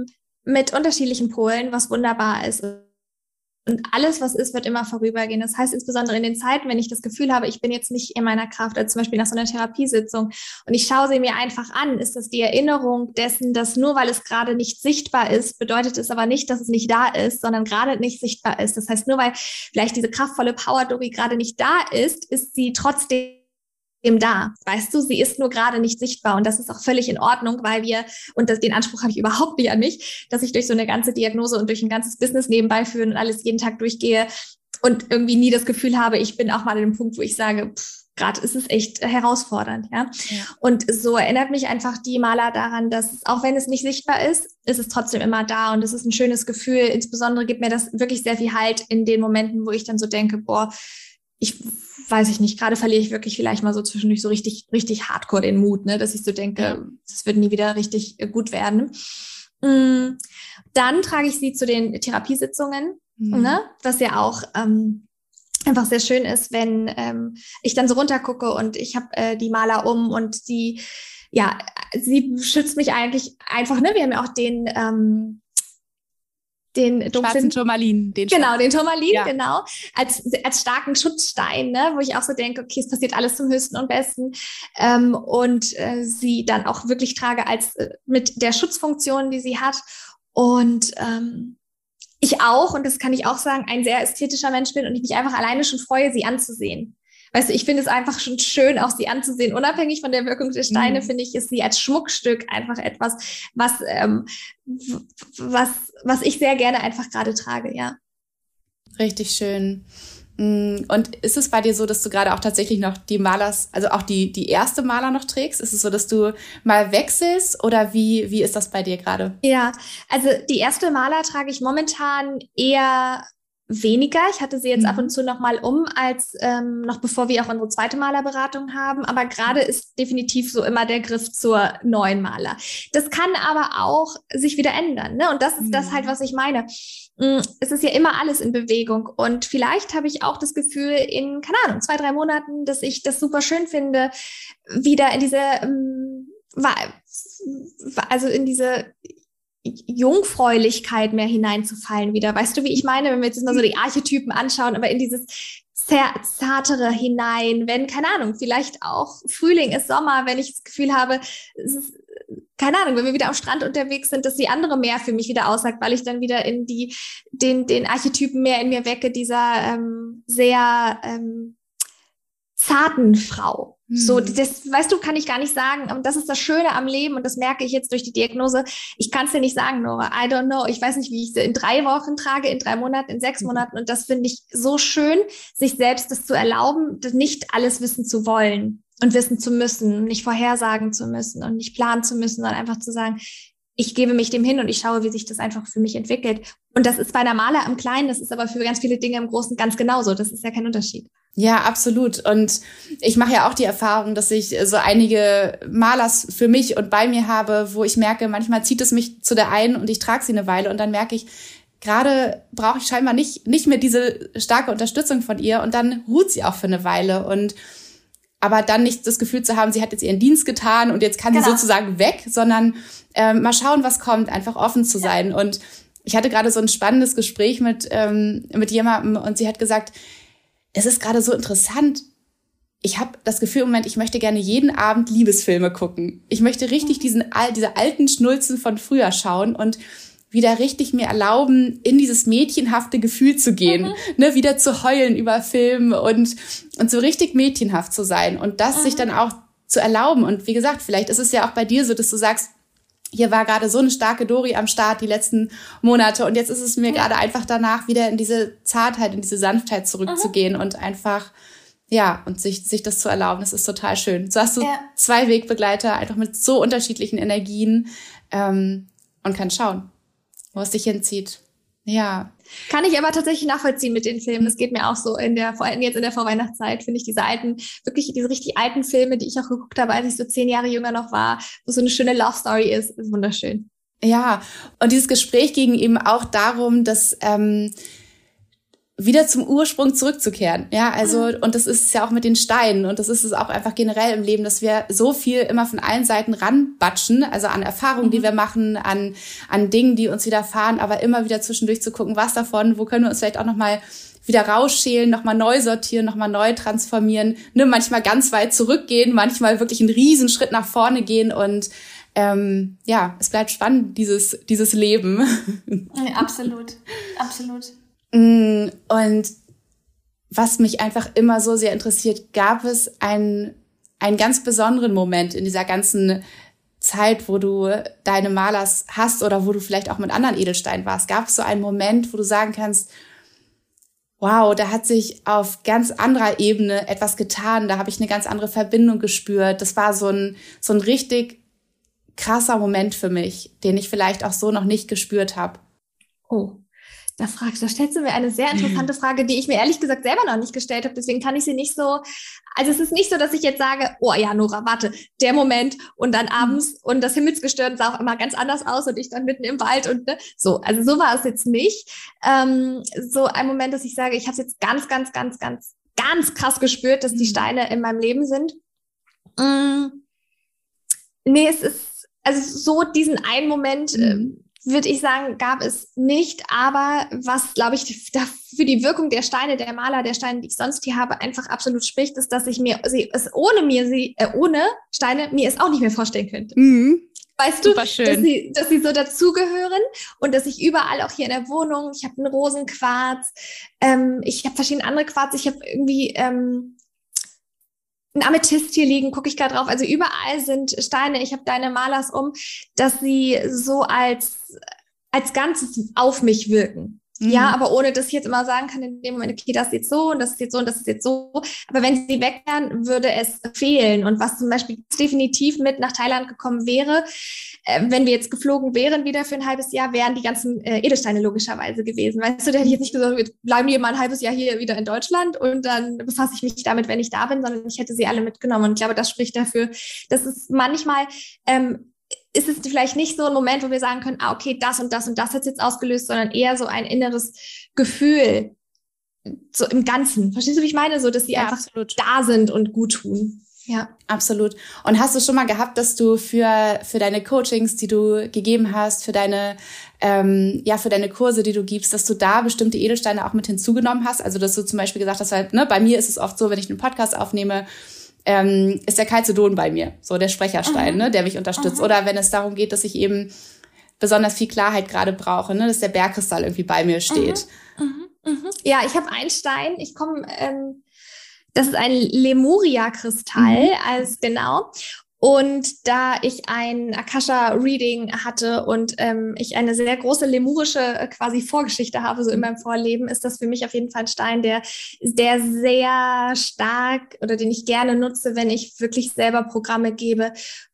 mit unterschiedlichen Polen, was wunderbar ist. Und alles, was ist, wird immer vorübergehen. Das heißt, insbesondere in den Zeiten, wenn ich das Gefühl habe, ich bin jetzt nicht in meiner Kraft, also zum Beispiel nach so einer Therapiesitzung und ich schaue sie mir einfach an, ist das die Erinnerung dessen, dass nur weil es gerade nicht sichtbar ist, bedeutet es aber nicht, dass es nicht da ist, sondern gerade nicht sichtbar ist. Das heißt, nur weil vielleicht diese kraftvolle Power-Dori gerade nicht da ist, ist sie trotzdem da. Weißt du, sie ist nur gerade nicht sichtbar und das ist auch völlig in Ordnung, weil wir, und das, den Anspruch habe ich überhaupt nicht an mich, dass ich durch so eine ganze Diagnose und durch ein ganzes Business nebenbei führen und alles jeden Tag durchgehe und irgendwie nie das Gefühl habe, ich bin auch mal an dem Punkt, wo ich sage, gerade ist es echt herausfordernd, ja? Ja. Und so erinnert mich einfach die Maler daran, dass auch wenn es nicht sichtbar ist, ist es trotzdem immer da und es ist ein schönes Gefühl. Insbesondere gibt mir das wirklich sehr viel Halt in den Momenten, wo ich dann so denke, boah, ich weiß ich nicht, gerade verliere ich wirklich vielleicht mal so zwischendurch so richtig, richtig hardcore den Mut, ne, dass ich so denke, das wird nie wieder richtig gut werden. Dann trage ich sie zu den Therapiesitzungen, mhm. ne, was ja auch ähm, einfach sehr schön ist, wenn ähm, ich dann so runtergucke und ich habe äh, die Maler um und die, ja, sie schützt mich eigentlich einfach, ne, wir haben ja auch den, ähm, den schwarzen Turmalin. Den genau, den Turmalin, ja. genau, als, als starken Schutzstein, ne, wo ich auch so denke, okay, es passiert alles zum Höchsten und Besten ähm, und äh, sie dann auch wirklich trage als äh, mit der Schutzfunktion, die sie hat und ähm, ich auch, und das kann ich auch sagen, ein sehr ästhetischer Mensch bin und ich mich einfach alleine schon freue, sie anzusehen. Weißt du, ich finde es einfach schon schön, auch sie anzusehen. Unabhängig von der Wirkung der Steine, mhm. finde ich, ist sie als Schmuckstück einfach etwas, was, ähm, was, was ich sehr gerne einfach gerade trage, ja. Richtig schön. Und ist es bei dir so, dass du gerade auch tatsächlich noch die Malers, also auch die, die erste Maler noch trägst? Ist es so, dass du mal wechselst oder wie, wie ist das bei dir gerade? Ja, also die erste Maler trage ich momentan eher weniger. Ich hatte sie jetzt mhm. ab und zu noch mal um, als ähm, noch bevor wir auch unsere zweite Malerberatung haben. Aber gerade ist definitiv so immer der Griff zur neuen Maler. Das kann aber auch sich wieder ändern, ne? Und das ist mhm. das halt, was ich meine. Es ist ja immer alles in Bewegung. Und vielleicht habe ich auch das Gefühl in, keine Ahnung, zwei, drei Monaten, dass ich das super schön finde, wieder in diese, ähm, also in diese Jungfräulichkeit mehr hineinzufallen wieder. Weißt du, wie ich meine, wenn wir jetzt mal so die Archetypen anschauen, aber in dieses Zartere hinein, wenn, keine Ahnung, vielleicht auch Frühling ist Sommer, wenn ich das Gefühl habe, es ist, keine Ahnung, wenn wir wieder am Strand unterwegs sind, dass die andere mehr für mich wieder aussagt, weil ich dann wieder in die, den, den Archetypen mehr in mir wecke, dieser ähm, sehr ähm, zarten Frau. So, das, weißt du, kann ich gar nicht sagen. Und das ist das Schöne am Leben und das merke ich jetzt durch die Diagnose. Ich kann es dir nicht sagen, Nora. I don't know. Ich weiß nicht, wie ich sie in drei Wochen trage, in drei Monaten, in sechs Monaten. Und das finde ich so schön, sich selbst das zu erlauben, nicht alles wissen zu wollen und wissen zu müssen, nicht vorhersagen zu müssen und nicht planen zu müssen, sondern einfach zu sagen, ich gebe mich dem hin und ich schaue, wie sich das einfach für mich entwickelt. Und das ist bei einer Maler im Kleinen, das ist aber für ganz viele Dinge im Großen ganz genauso. Das ist ja kein Unterschied. Ja, absolut. Und ich mache ja auch die Erfahrung, dass ich so einige Malers für mich und bei mir habe, wo ich merke, manchmal zieht es mich zu der einen und ich trage sie eine Weile und dann merke ich, gerade brauche ich scheinbar nicht nicht mehr diese starke Unterstützung von ihr und dann ruht sie auch für eine Weile und aber dann nicht das Gefühl zu haben, sie hat jetzt ihren Dienst getan und jetzt kann genau. sie sozusagen weg, sondern äh, mal schauen, was kommt, einfach offen zu sein. Ja. Und ich hatte gerade so ein spannendes Gespräch mit ähm, mit jemandem und sie hat gesagt, es ist gerade so interessant. Ich habe das Gefühl im Moment, ich möchte gerne jeden Abend Liebesfilme gucken. Ich möchte richtig diesen diese alten Schnulzen von früher schauen und wieder richtig mir erlauben, in dieses mädchenhafte Gefühl zu gehen, mhm. ne, wieder zu heulen über Filme und und so richtig mädchenhaft zu sein und das mhm. sich dann auch zu erlauben. Und wie gesagt, vielleicht ist es ja auch bei dir so, dass du sagst, hier war gerade so eine starke Dori am Start die letzten Monate und jetzt ist es mir ja. gerade einfach danach, wieder in diese Zartheit, in diese Sanftheit zurückzugehen mhm. und einfach, ja, und sich sich das zu erlauben, das ist total schön. So hast du ja. zwei Wegbegleiter, einfach mit so unterschiedlichen Energien ähm, und kannst schauen, wo es dich hinzieht. Ja. Kann ich aber tatsächlich nachvollziehen mit den Filmen. Das geht mir auch so in der, vor allem jetzt in der Vorweihnachtszeit, finde ich diese alten, wirklich diese richtig alten Filme, die ich auch geguckt habe, als ich so zehn Jahre jünger noch war, wo so eine schöne Love Story ist, ist wunderschön. Ja, und dieses Gespräch ging eben auch darum, dass, ähm, wieder zum Ursprung zurückzukehren. Ja, also, und das ist es ja auch mit den Steinen und das ist es auch einfach generell im Leben, dass wir so viel immer von allen Seiten ranbatschen, also an Erfahrungen, die wir machen, an, an Dingen, die uns widerfahren, aber immer wieder zwischendurch zu gucken, was davon, wo können wir uns vielleicht auch nochmal wieder rausschälen, nochmal neu sortieren, nochmal neu transformieren, ne, manchmal ganz weit zurückgehen, manchmal wirklich einen Riesenschritt nach vorne gehen und ähm, ja, es bleibt spannend, dieses, dieses Leben. Ja, absolut, absolut. Und was mich einfach immer so sehr interessiert, gab es einen, einen ganz besonderen Moment in dieser ganzen Zeit, wo du deine Malers hast oder wo du vielleicht auch mit anderen Edelsteinen warst? Gab es so einen Moment, wo du sagen kannst, wow, da hat sich auf ganz anderer Ebene etwas getan, da habe ich eine ganz andere Verbindung gespürt. Das war so ein, so ein richtig krasser Moment für mich, den ich vielleicht auch so noch nicht gespürt habe. Oh. Da fragst, da stellst du mir eine sehr interessante Frage, die ich mir ehrlich gesagt selber noch nicht gestellt habe. Deswegen kann ich sie nicht so, also es ist nicht so, dass ich jetzt sage, oh ja, Nora, warte, der Moment und dann abends und das Himmelsgestirn sah auch immer ganz anders aus und ich dann mitten im Wald und ne, so. Also so war es jetzt nicht. Ähm, so ein Moment, dass ich sage, ich habe es jetzt ganz, ganz, ganz, ganz, ganz krass gespürt, dass die Steine in meinem Leben sind. Mm, nee, es ist, also so diesen einen Moment, mhm. würde ich sagen, gab es nicht. Aber was, glaube ich, für die Wirkung der Steine, der Maler, der Steine, die ich sonst hier habe, einfach absolut spricht, ist, dass ich mir sie, es ohne mir sie, äh, ohne Steine, mir es auch nicht mehr vorstellen könnte. Mhm. Weißt du, dass sie, dass sie so dazugehören und dass ich überall, auch hier in der Wohnung, ich habe einen Rosenquarz, ähm, ich habe verschiedene andere Quarz, ich habe irgendwie ähm, ein Amethyst hier liegen, gucke ich gerade drauf. Also überall sind Steine. Ich habe deine Malers um, dass sie so als, als Ganzes auf mich wirken. Mhm. Ja, aber ohne, dass ich jetzt immer sagen kann, in dem Moment, okay, das ist jetzt so und das ist jetzt so und das ist jetzt so. Aber wenn sie weg wären, würde es fehlen. Und was zum Beispiel definitiv mit nach Thailand gekommen wäre, äh, wenn wir jetzt geflogen wären wieder für ein halbes Jahr, wären die ganzen äh, Edelsteine logischerweise gewesen. Weißt du, da hätte ich jetzt nicht gesagt, wir bleiben hier mal ein halbes Jahr hier wieder in Deutschland und dann befasse ich mich damit, wenn ich da bin, sondern ich hätte sie alle mitgenommen. Und ich glaube, das spricht dafür, dass es manchmal ähm, ist es vielleicht nicht so ein Moment, wo wir sagen können, ah, okay, das und das und das hat es jetzt ausgelöst, sondern eher so ein inneres Gefühl, so im Ganzen. Verstehst du, wie ich meine? So, dass sie ja, einfach absolut da sind und gut tun. Ja, absolut. Und hast du schon mal gehabt, dass du für für deine Coachings, die du gegeben hast, für deine ähm, ja für deine Kurse, die du gibst, dass du da bestimmte Edelsteine auch mit hinzugenommen hast? Also dass du zum Beispiel gesagt hast, halt, ne, bei mir ist es oft so, wenn ich einen Podcast aufnehme, ähm, ist der Chalcedon bei mir, so der Sprecherstein, mhm. ne, der mich unterstützt. Mhm. Oder wenn es darum geht, dass ich eben besonders viel Klarheit gerade brauche, ne, dass der Bergkristall irgendwie bei mir steht. Mhm. Mhm. Mhm. Ja, ich habe einen Stein. Ich komme, ähm, das ist ein Lemuria-Kristall, mhm. also genau. Und da ich ein Akasha-Reading hatte und ähm, ich eine sehr große lemurische äh, quasi Vorgeschichte habe, so in meinem Vorleben, ist das für mich auf jeden Fall ein Stein, der, der sehr stark oder den ich gerne nutze, wenn ich wirklich selber Programme gebe,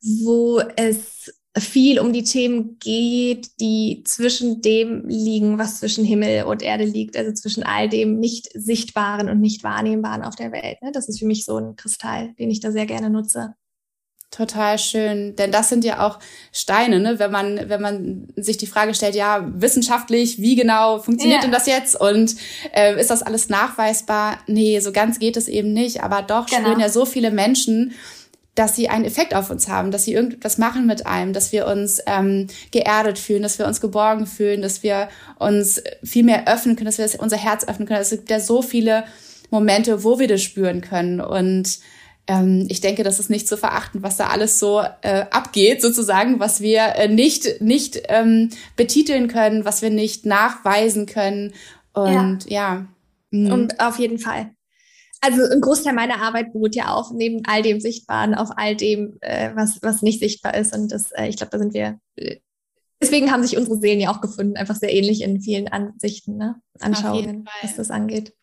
wo es viel um die Themen geht, die zwischen dem liegen, was zwischen Himmel und Erde liegt, also zwischen all dem nicht Sichtbaren und nicht Wahrnehmbaren auf der Welt. Ne? Das ist für mich so ein Kristall, den ich da sehr gerne nutze. Total schön, denn das sind ja auch Steine, ne? Wenn man wenn man sich die Frage stellt, ja, wissenschaftlich, wie genau funktioniert ja. denn das jetzt und äh, ist das alles nachweisbar? Nee, so ganz geht es eben nicht, aber doch genau. spüren ja so viele Menschen, dass sie einen Effekt auf uns haben, dass sie irgendwas machen mit einem, dass wir uns ähm, geerdet fühlen, dass wir uns geborgen fühlen, dass wir uns viel mehr öffnen können, dass wir unser Herz öffnen können. Es gibt ja so viele Momente, wo wir das spüren können und Ähm, ich denke, das ist nicht zu verachten, was da alles so äh, abgeht, sozusagen, was wir äh, nicht nicht ähm, betiteln können, was wir nicht nachweisen können. Und ja. ja. Und auf jeden Fall. Also ein Großteil meiner Arbeit beruht ja auch neben all dem Sichtbaren auf all dem, äh, was was nicht sichtbar ist. Und das, äh, ich glaube, da sind wir. Äh, deswegen haben sich unsere Seelen ja auch gefunden, einfach sehr ähnlich in vielen Ansichten, ne? Anschauungen, was das angeht.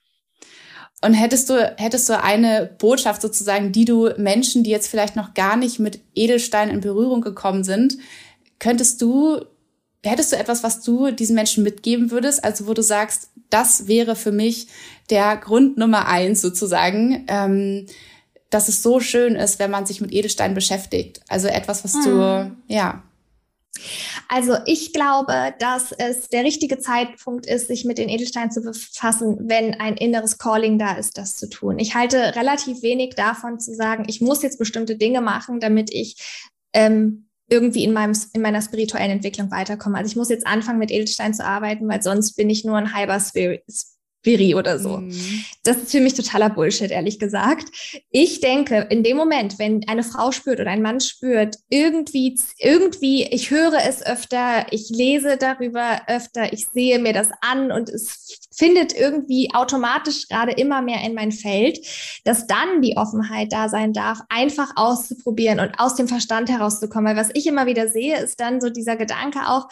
Und hättest du, hättest du eine Botschaft sozusagen, die du Menschen, die jetzt vielleicht noch gar nicht mit Edelsteinen in Berührung gekommen sind, könntest du, hättest du etwas, was du diesen Menschen mitgeben würdest? Also wo du sagst, das wäre für mich der Grund Nummer eins sozusagen, ähm, dass es so schön ist, wenn man sich mit Edelsteinen beschäftigt. Also etwas, was du, hm. ja. Also ich glaube, dass es der richtige Zeitpunkt ist, sich mit den Edelsteinen zu befassen, wenn ein inneres Calling da ist, das zu tun. Ich halte relativ wenig davon zu sagen, ich muss jetzt bestimmte Dinge machen, damit ich ähm, irgendwie in meinem in meiner spirituellen Entwicklung weiterkomme. Also ich muss jetzt anfangen, mit Edelsteinen zu arbeiten, weil sonst bin ich nur ein halber Spirit. Spiri oder so. Mhm. Das ist für mich totaler Bullshit, ehrlich gesagt. Ich denke, in dem Moment, wenn eine Frau spürt oder ein Mann spürt, irgendwie, irgendwie, ich höre es öfter, ich lese darüber öfter, ich sehe mir das an und es findet irgendwie automatisch gerade immer mehr in mein Feld, dass dann die Offenheit da sein darf, einfach auszuprobieren und aus dem Verstand herauszukommen. Weil was ich immer wieder sehe, ist dann so dieser Gedanke auch,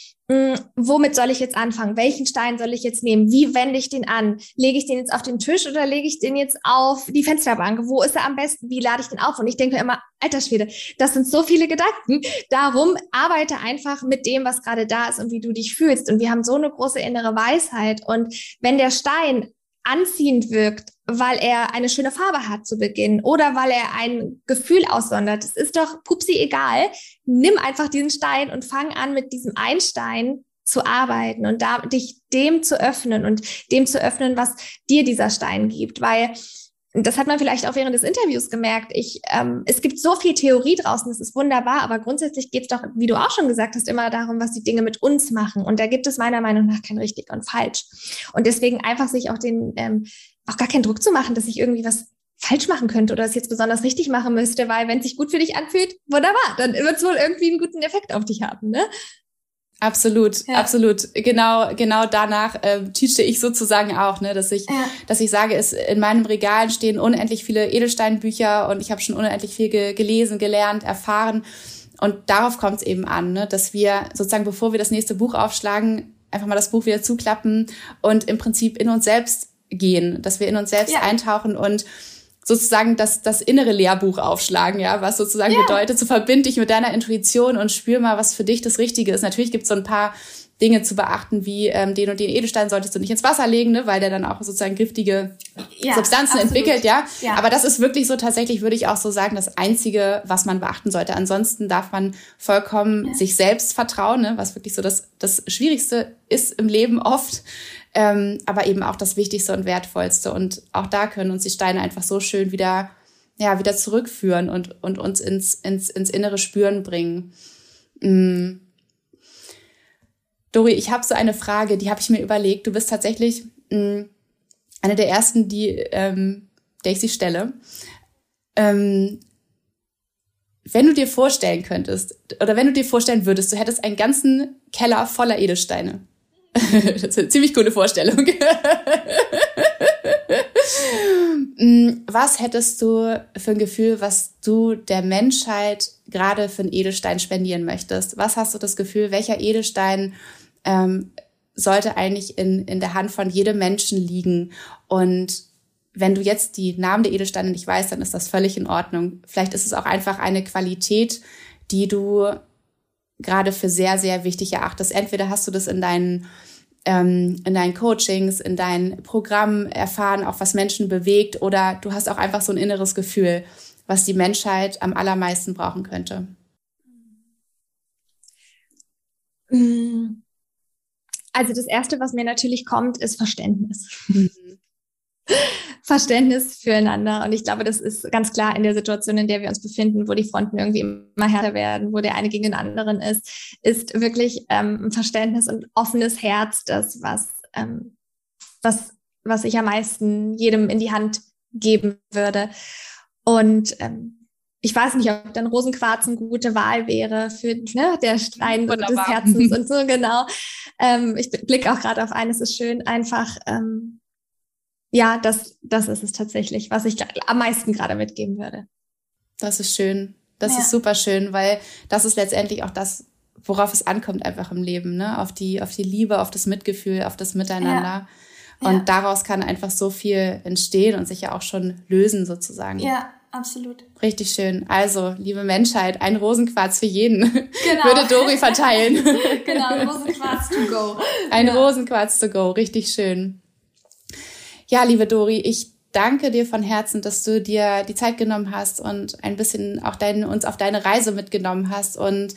womit soll ich jetzt anfangen? Welchen Stein soll ich jetzt nehmen? Wie wende ich den an? Lege ich den jetzt auf den Tisch oder lege ich den jetzt auf die Fensterbank? Wo ist er am besten? Wie lade ich den auf? Und ich denke mir immer, alter Schwede, das sind so viele Gedanken. Darum arbeite einfach mit dem, was gerade da ist und wie du dich fühlst. Und wir haben so eine große innere Weisheit. Und wenn der Stein anziehend wirkt, weil er eine schöne Farbe hat zu Beginn oder weil er ein Gefühl aussondert. Es ist doch pupsi egal. Nimm einfach diesen Stein und fang an, mit diesem einen Stein zu arbeiten und da, dich dem zu öffnen und dem zu öffnen, was dir dieser Stein gibt. Weil das hat man vielleicht auch während des Interviews gemerkt. Ich, ähm, es gibt so viel Theorie draußen, das ist wunderbar, aber grundsätzlich geht es doch, wie du auch schon gesagt hast, immer darum, was die Dinge mit uns machen. Und da gibt es meiner Meinung nach kein richtig und falsch. Und deswegen einfach sich auch den, ähm, auch gar keinen Druck zu machen, dass ich irgendwie was falsch machen könnte oder es jetzt besonders richtig machen müsste, weil wenn es sich gut für dich anfühlt, wunderbar, dann wird es wohl irgendwie einen guten Effekt auf dich haben, ne? Absolut, ja. absolut. Genau, genau danach äh, teache ich sozusagen auch, ne, dass ich, ja. dass ich sage, es in meinem Regal stehen unendlich viele Edelsteinbücher und ich habe schon unendlich viel ge- gelesen, gelernt, erfahren. Und darauf kommt es eben an, ne, dass wir sozusagen, bevor wir das nächste Buch aufschlagen, einfach mal das Buch wieder zuklappen und im Prinzip in uns selbst gehen, dass wir in uns selbst ja. eintauchen und sozusagen das, das innere Lehrbuch aufschlagen, ja, was sozusagen ja. bedeutet, so verbind dich mit deiner Intuition und spür mal, was für dich das Richtige ist. Natürlich gibt es so ein paar Dinge zu beachten, wie ähm, den und den Edelstein solltest du nicht ins Wasser legen, ne, weil der dann auch sozusagen giftige ja, Substanzen absolut. entwickelt, ja? ja. Aber das ist wirklich so tatsächlich, würde ich auch so sagen, das Einzige, was man beachten sollte. Ansonsten darf man vollkommen ja. sich selbst vertrauen, ne, was wirklich so das, das Schwierigste ist im Leben oft. Ähm, aber eben auch das Wichtigste und Wertvollste. Und auch da können uns die Steine einfach so schön wieder, ja, wieder zurückführen und, und uns ins, ins, ins innere Spüren bringen. Mm. Dori, ich habe so eine Frage, die habe ich mir überlegt. Du bist tatsächlich mh, eine der ersten, die, ähm, der ich sie stelle. Ähm, wenn du dir vorstellen könntest, oder wenn du dir vorstellen würdest, du hättest einen ganzen Keller voller Edelsteine. Das ist eine ziemlich coole Vorstellung. Was hättest du für ein Gefühl, was du der Menschheit gerade für einen Edelstein spendieren möchtest? Was hast du das Gefühl, welcher Edelstein ähm, sollte eigentlich in, in der Hand von jedem Menschen liegen? Und wenn du jetzt die Namen der Edelsteine nicht weißt, dann ist das völlig in Ordnung. Vielleicht ist es auch einfach eine Qualität, die du gerade für sehr, sehr wichtig erachtest. Entweder hast du das in deinen ähm, in deinen Coachings, in deinen Programmen erfahren, auch was Menschen bewegt, oder du hast auch einfach so ein inneres Gefühl, was die Menschheit am allermeisten brauchen könnte. Also das Erste, was mir natürlich kommt, ist Verständnis. Mhm. Verständnis füreinander. Und ich glaube, das ist ganz klar in der Situation, in der wir uns befinden, wo die Fronten irgendwie immer härter werden, wo der eine gegen den anderen ist, ist wirklich ähm, ein Verständnis und offenes Herz das, was, ähm, was, was ich am meisten jedem in die Hand geben würde. Und ähm, ich weiß nicht, ob dann Rosenquarz eine gute Wahl wäre für ne, der Stein des Herzens und so, genau. Ähm, ich blicke auch gerade auf einen, es ist schön, einfach ähm, ja, das, das ist es tatsächlich, was ich am meisten gerade mitgeben würde. Das ist schön. Das ja. ist super schön, weil das ist letztendlich auch das, worauf es ankommt einfach im Leben, ne? Auf die, auf die Liebe, auf das Mitgefühl, auf das Miteinander. Ja. Und ja. daraus kann einfach so viel entstehen und sich ja auch schon lösen sozusagen. Ja, absolut. Richtig schön. Also, liebe Menschheit, ein Rosenquarz für jeden genau. würde Dori verteilen. Genau, Rosenquarz to go. Ein ja. Rosenquarz to go, richtig schön. Ja, liebe Dori, ich danke dir von Herzen, dass du dir die Zeit genommen hast und ein bisschen auch dein, uns auf deine Reise mitgenommen hast und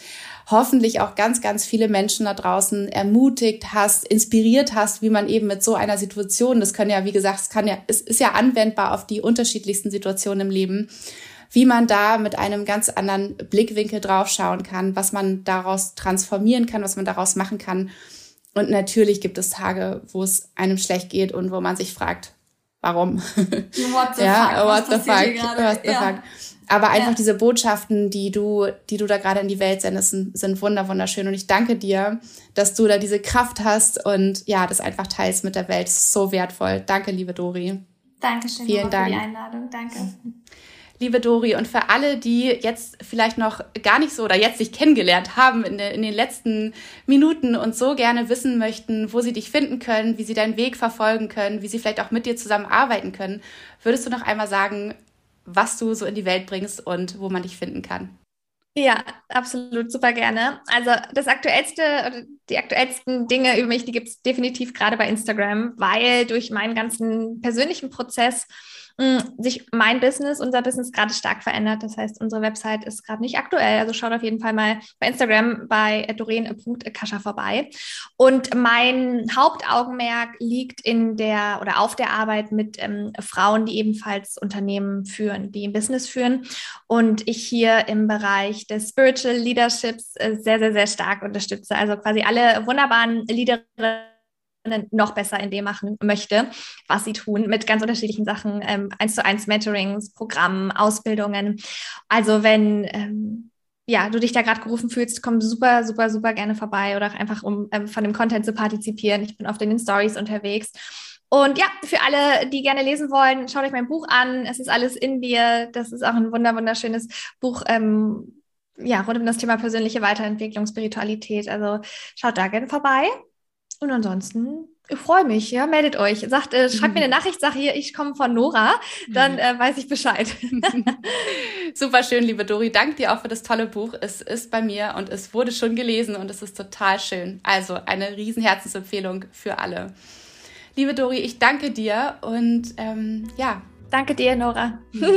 hoffentlich auch ganz, ganz viele Menschen da draußen ermutigt hast, inspiriert hast, wie man eben mit so einer Situation, das können ja, wie gesagt, es kann ja, es ist ja anwendbar auf die unterschiedlichsten Situationen im Leben, wie man da mit einem ganz anderen Blickwinkel draufschauen kann, was man daraus transformieren kann, was man daraus machen kann. Und natürlich gibt es Tage, wo es einem schlecht geht und wo man sich fragt, warum? What the ja, fuck? what the fuck? What the ja. fuck? Aber einfach ja. diese Botschaften, die du, die du da gerade in die Welt sendest, sind, sind wunder, wunderschön. Und ich danke dir, dass du da diese Kraft hast und ja, das einfach teilst mit der Welt. Das ist so wertvoll. Danke, liebe Dori. Dankeschön Vielen Dank für die Einladung. Danke. Liebe Dori, und für alle, die jetzt vielleicht noch gar nicht so oder jetzt dich kennengelernt haben in, de, in den letzten Minuten und so gerne wissen möchten, wo sie dich finden können, wie sie deinen Weg verfolgen können, wie sie vielleicht auch mit dir zusammenarbeiten können, würdest du noch einmal sagen, was du so in die Welt bringst und wo man dich finden kann? Ja, absolut, super gerne. Also das aktuellste oder die aktuellsten Dinge über mich, die gibt es definitiv gerade bei Instagram, weil durch meinen ganzen persönlichen Prozess sich mein Business, unser Business gerade stark verändert. Das heißt, unsere Website ist gerade nicht aktuell. Also schaut auf jeden Fall mal bei Instagram bei doreen punkt kascha vorbei. Und mein Hauptaugenmerk liegt in der oder auf der Arbeit mit ähm, Frauen, die ebenfalls Unternehmen führen, die ein Business führen. Und ich hier im Bereich des Spiritual Leaderships äh, sehr, sehr, sehr stark unterstütze. Also quasi alle wunderbaren Leaderinnen noch besser in dem machen möchte, was sie tun, mit ganz unterschiedlichen Sachen, ähm, eins zu eins Mentorings, Programmen, Ausbildungen. Also wenn ähm, ja, du dich da gerade gerufen fühlst, komm super, super, super gerne vorbei oder auch einfach, um ähm, von dem Content zu partizipieren. Ich bin oft in den Stories unterwegs. Und ja, für alle, die gerne lesen wollen, schaut euch mein Buch an. Es ist alles in dir. Das ist auch ein wunder, wunderschönes Buch, ähm, ja, rund um das Thema persönliche Weiterentwicklung, Spiritualität. Also schaut da gerne vorbei. Und ansonsten, ich freue mich, ja, meldet euch. Sagt, äh, schreibt mir eine Nachricht, sag hier, ich komme von Nora, dann äh, weiß ich Bescheid. Super schön, liebe Dori. Danke dir auch für das tolle Buch. Es ist bei mir und es wurde schon gelesen und es ist total schön. Also eine riesen Herzensempfehlung für alle. Liebe Dori, ich danke dir und ähm, ja. Danke dir, Nora.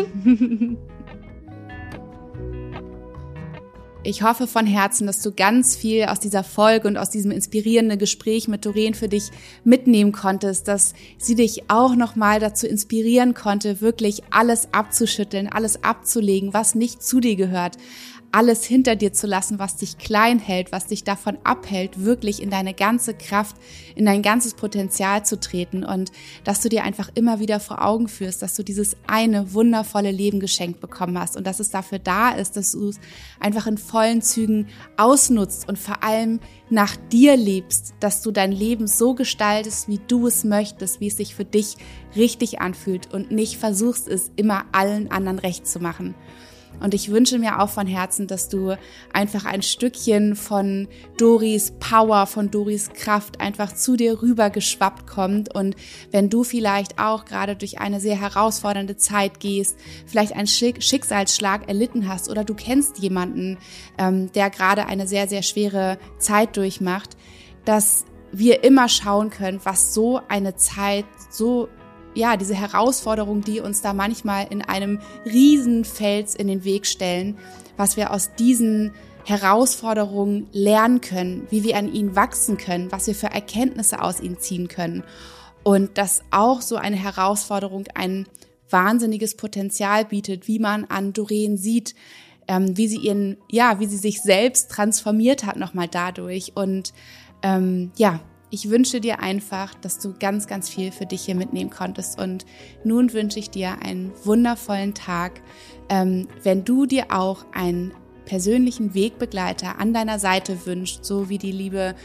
Ich hoffe von Herzen, dass du ganz viel aus dieser Folge und aus diesem inspirierenden Gespräch mit Doreen für dich mitnehmen konntest, dass sie dich auch nochmal dazu inspirieren konnte, wirklich alles abzuschütteln, alles abzulegen, was nicht zu dir gehört, alles hinter dir zu lassen, was dich klein hält, was dich davon abhält, wirklich in deine ganze Kraft, in dein ganzes Potenzial zu treten und dass du dir einfach immer wieder vor Augen führst, dass du dieses eine wundervolle Leben geschenkt bekommen hast und dass es dafür da ist, dass du es einfach in vollen Zügen ausnutzt und vor allem nach dir lebst, dass du dein Leben so gestaltest, wie du es möchtest, wie es sich für dich richtig anfühlt und nicht versuchst, es immer allen anderen recht zu machen. Und ich wünsche mir auch von Herzen, dass du einfach ein Stückchen von Doris Power, von Doris Kraft einfach zu dir rüber geschwappt kommt. Und wenn du vielleicht auch gerade durch eine sehr herausfordernde Zeit gehst, vielleicht einen Schicksalsschlag erlitten hast oder du kennst jemanden, ähm, der gerade eine sehr, sehr schwere Zeit durchmacht, dass wir immer schauen können, was so eine Zeit so ja, diese Herausforderungen, die uns da manchmal in einem riesen Fels in den Weg stellen, was wir aus diesen Herausforderungen lernen können, wie wir an ihnen wachsen können, was wir für Erkenntnisse aus ihnen ziehen können. Und dass auch so eine Herausforderung ein wahnsinniges Potenzial bietet, wie man an Doreen sieht, ähm, wie sie ihren, ja, wie sie sich selbst transformiert hat nochmal dadurch. Und ähm, ja, ich wünsche dir einfach, dass du ganz, ganz viel für dich hier mitnehmen konntest. Und nun wünsche ich dir einen wundervollen Tag. Ähm, wenn du dir auch einen persönlichen Wegbegleiter an deiner Seite wünschst, so wie die liebe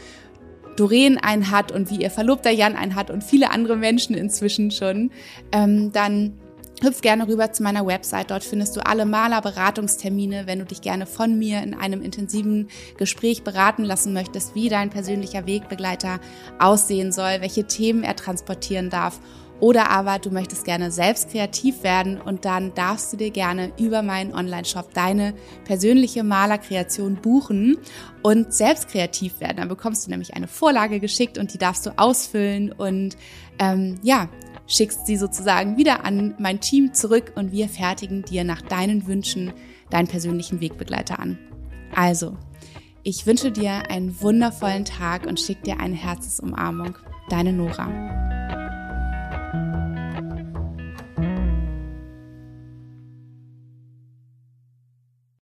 Doreen einen hat und wie ihr Verlobter Jan einen hat und viele andere Menschen inzwischen schon, ähm, dann hüpf gerne rüber zu meiner Website. Dort findest du alle Malerberatungstermine, wenn du dich gerne von mir in einem intensiven Gespräch beraten lassen möchtest, wie dein persönlicher Wegbegleiter aussehen soll, welche Themen er transportieren darf. Oder aber du möchtest gerne selbst kreativ werden und dann darfst du dir gerne über meinen Online-Shop deine persönliche Malerkreation buchen und selbst kreativ werden. Dann bekommst du nämlich eine Vorlage geschickt und die darfst du ausfüllen und ähm, ja, schickst sie sozusagen wieder an mein Team zurück und wir fertigen dir nach deinen Wünschen deinen persönlichen Wegbegleiter an. Also, Ich wünsche dir einen wundervollen Tag und schicke dir eine Herzensumarmung. Deine Nora.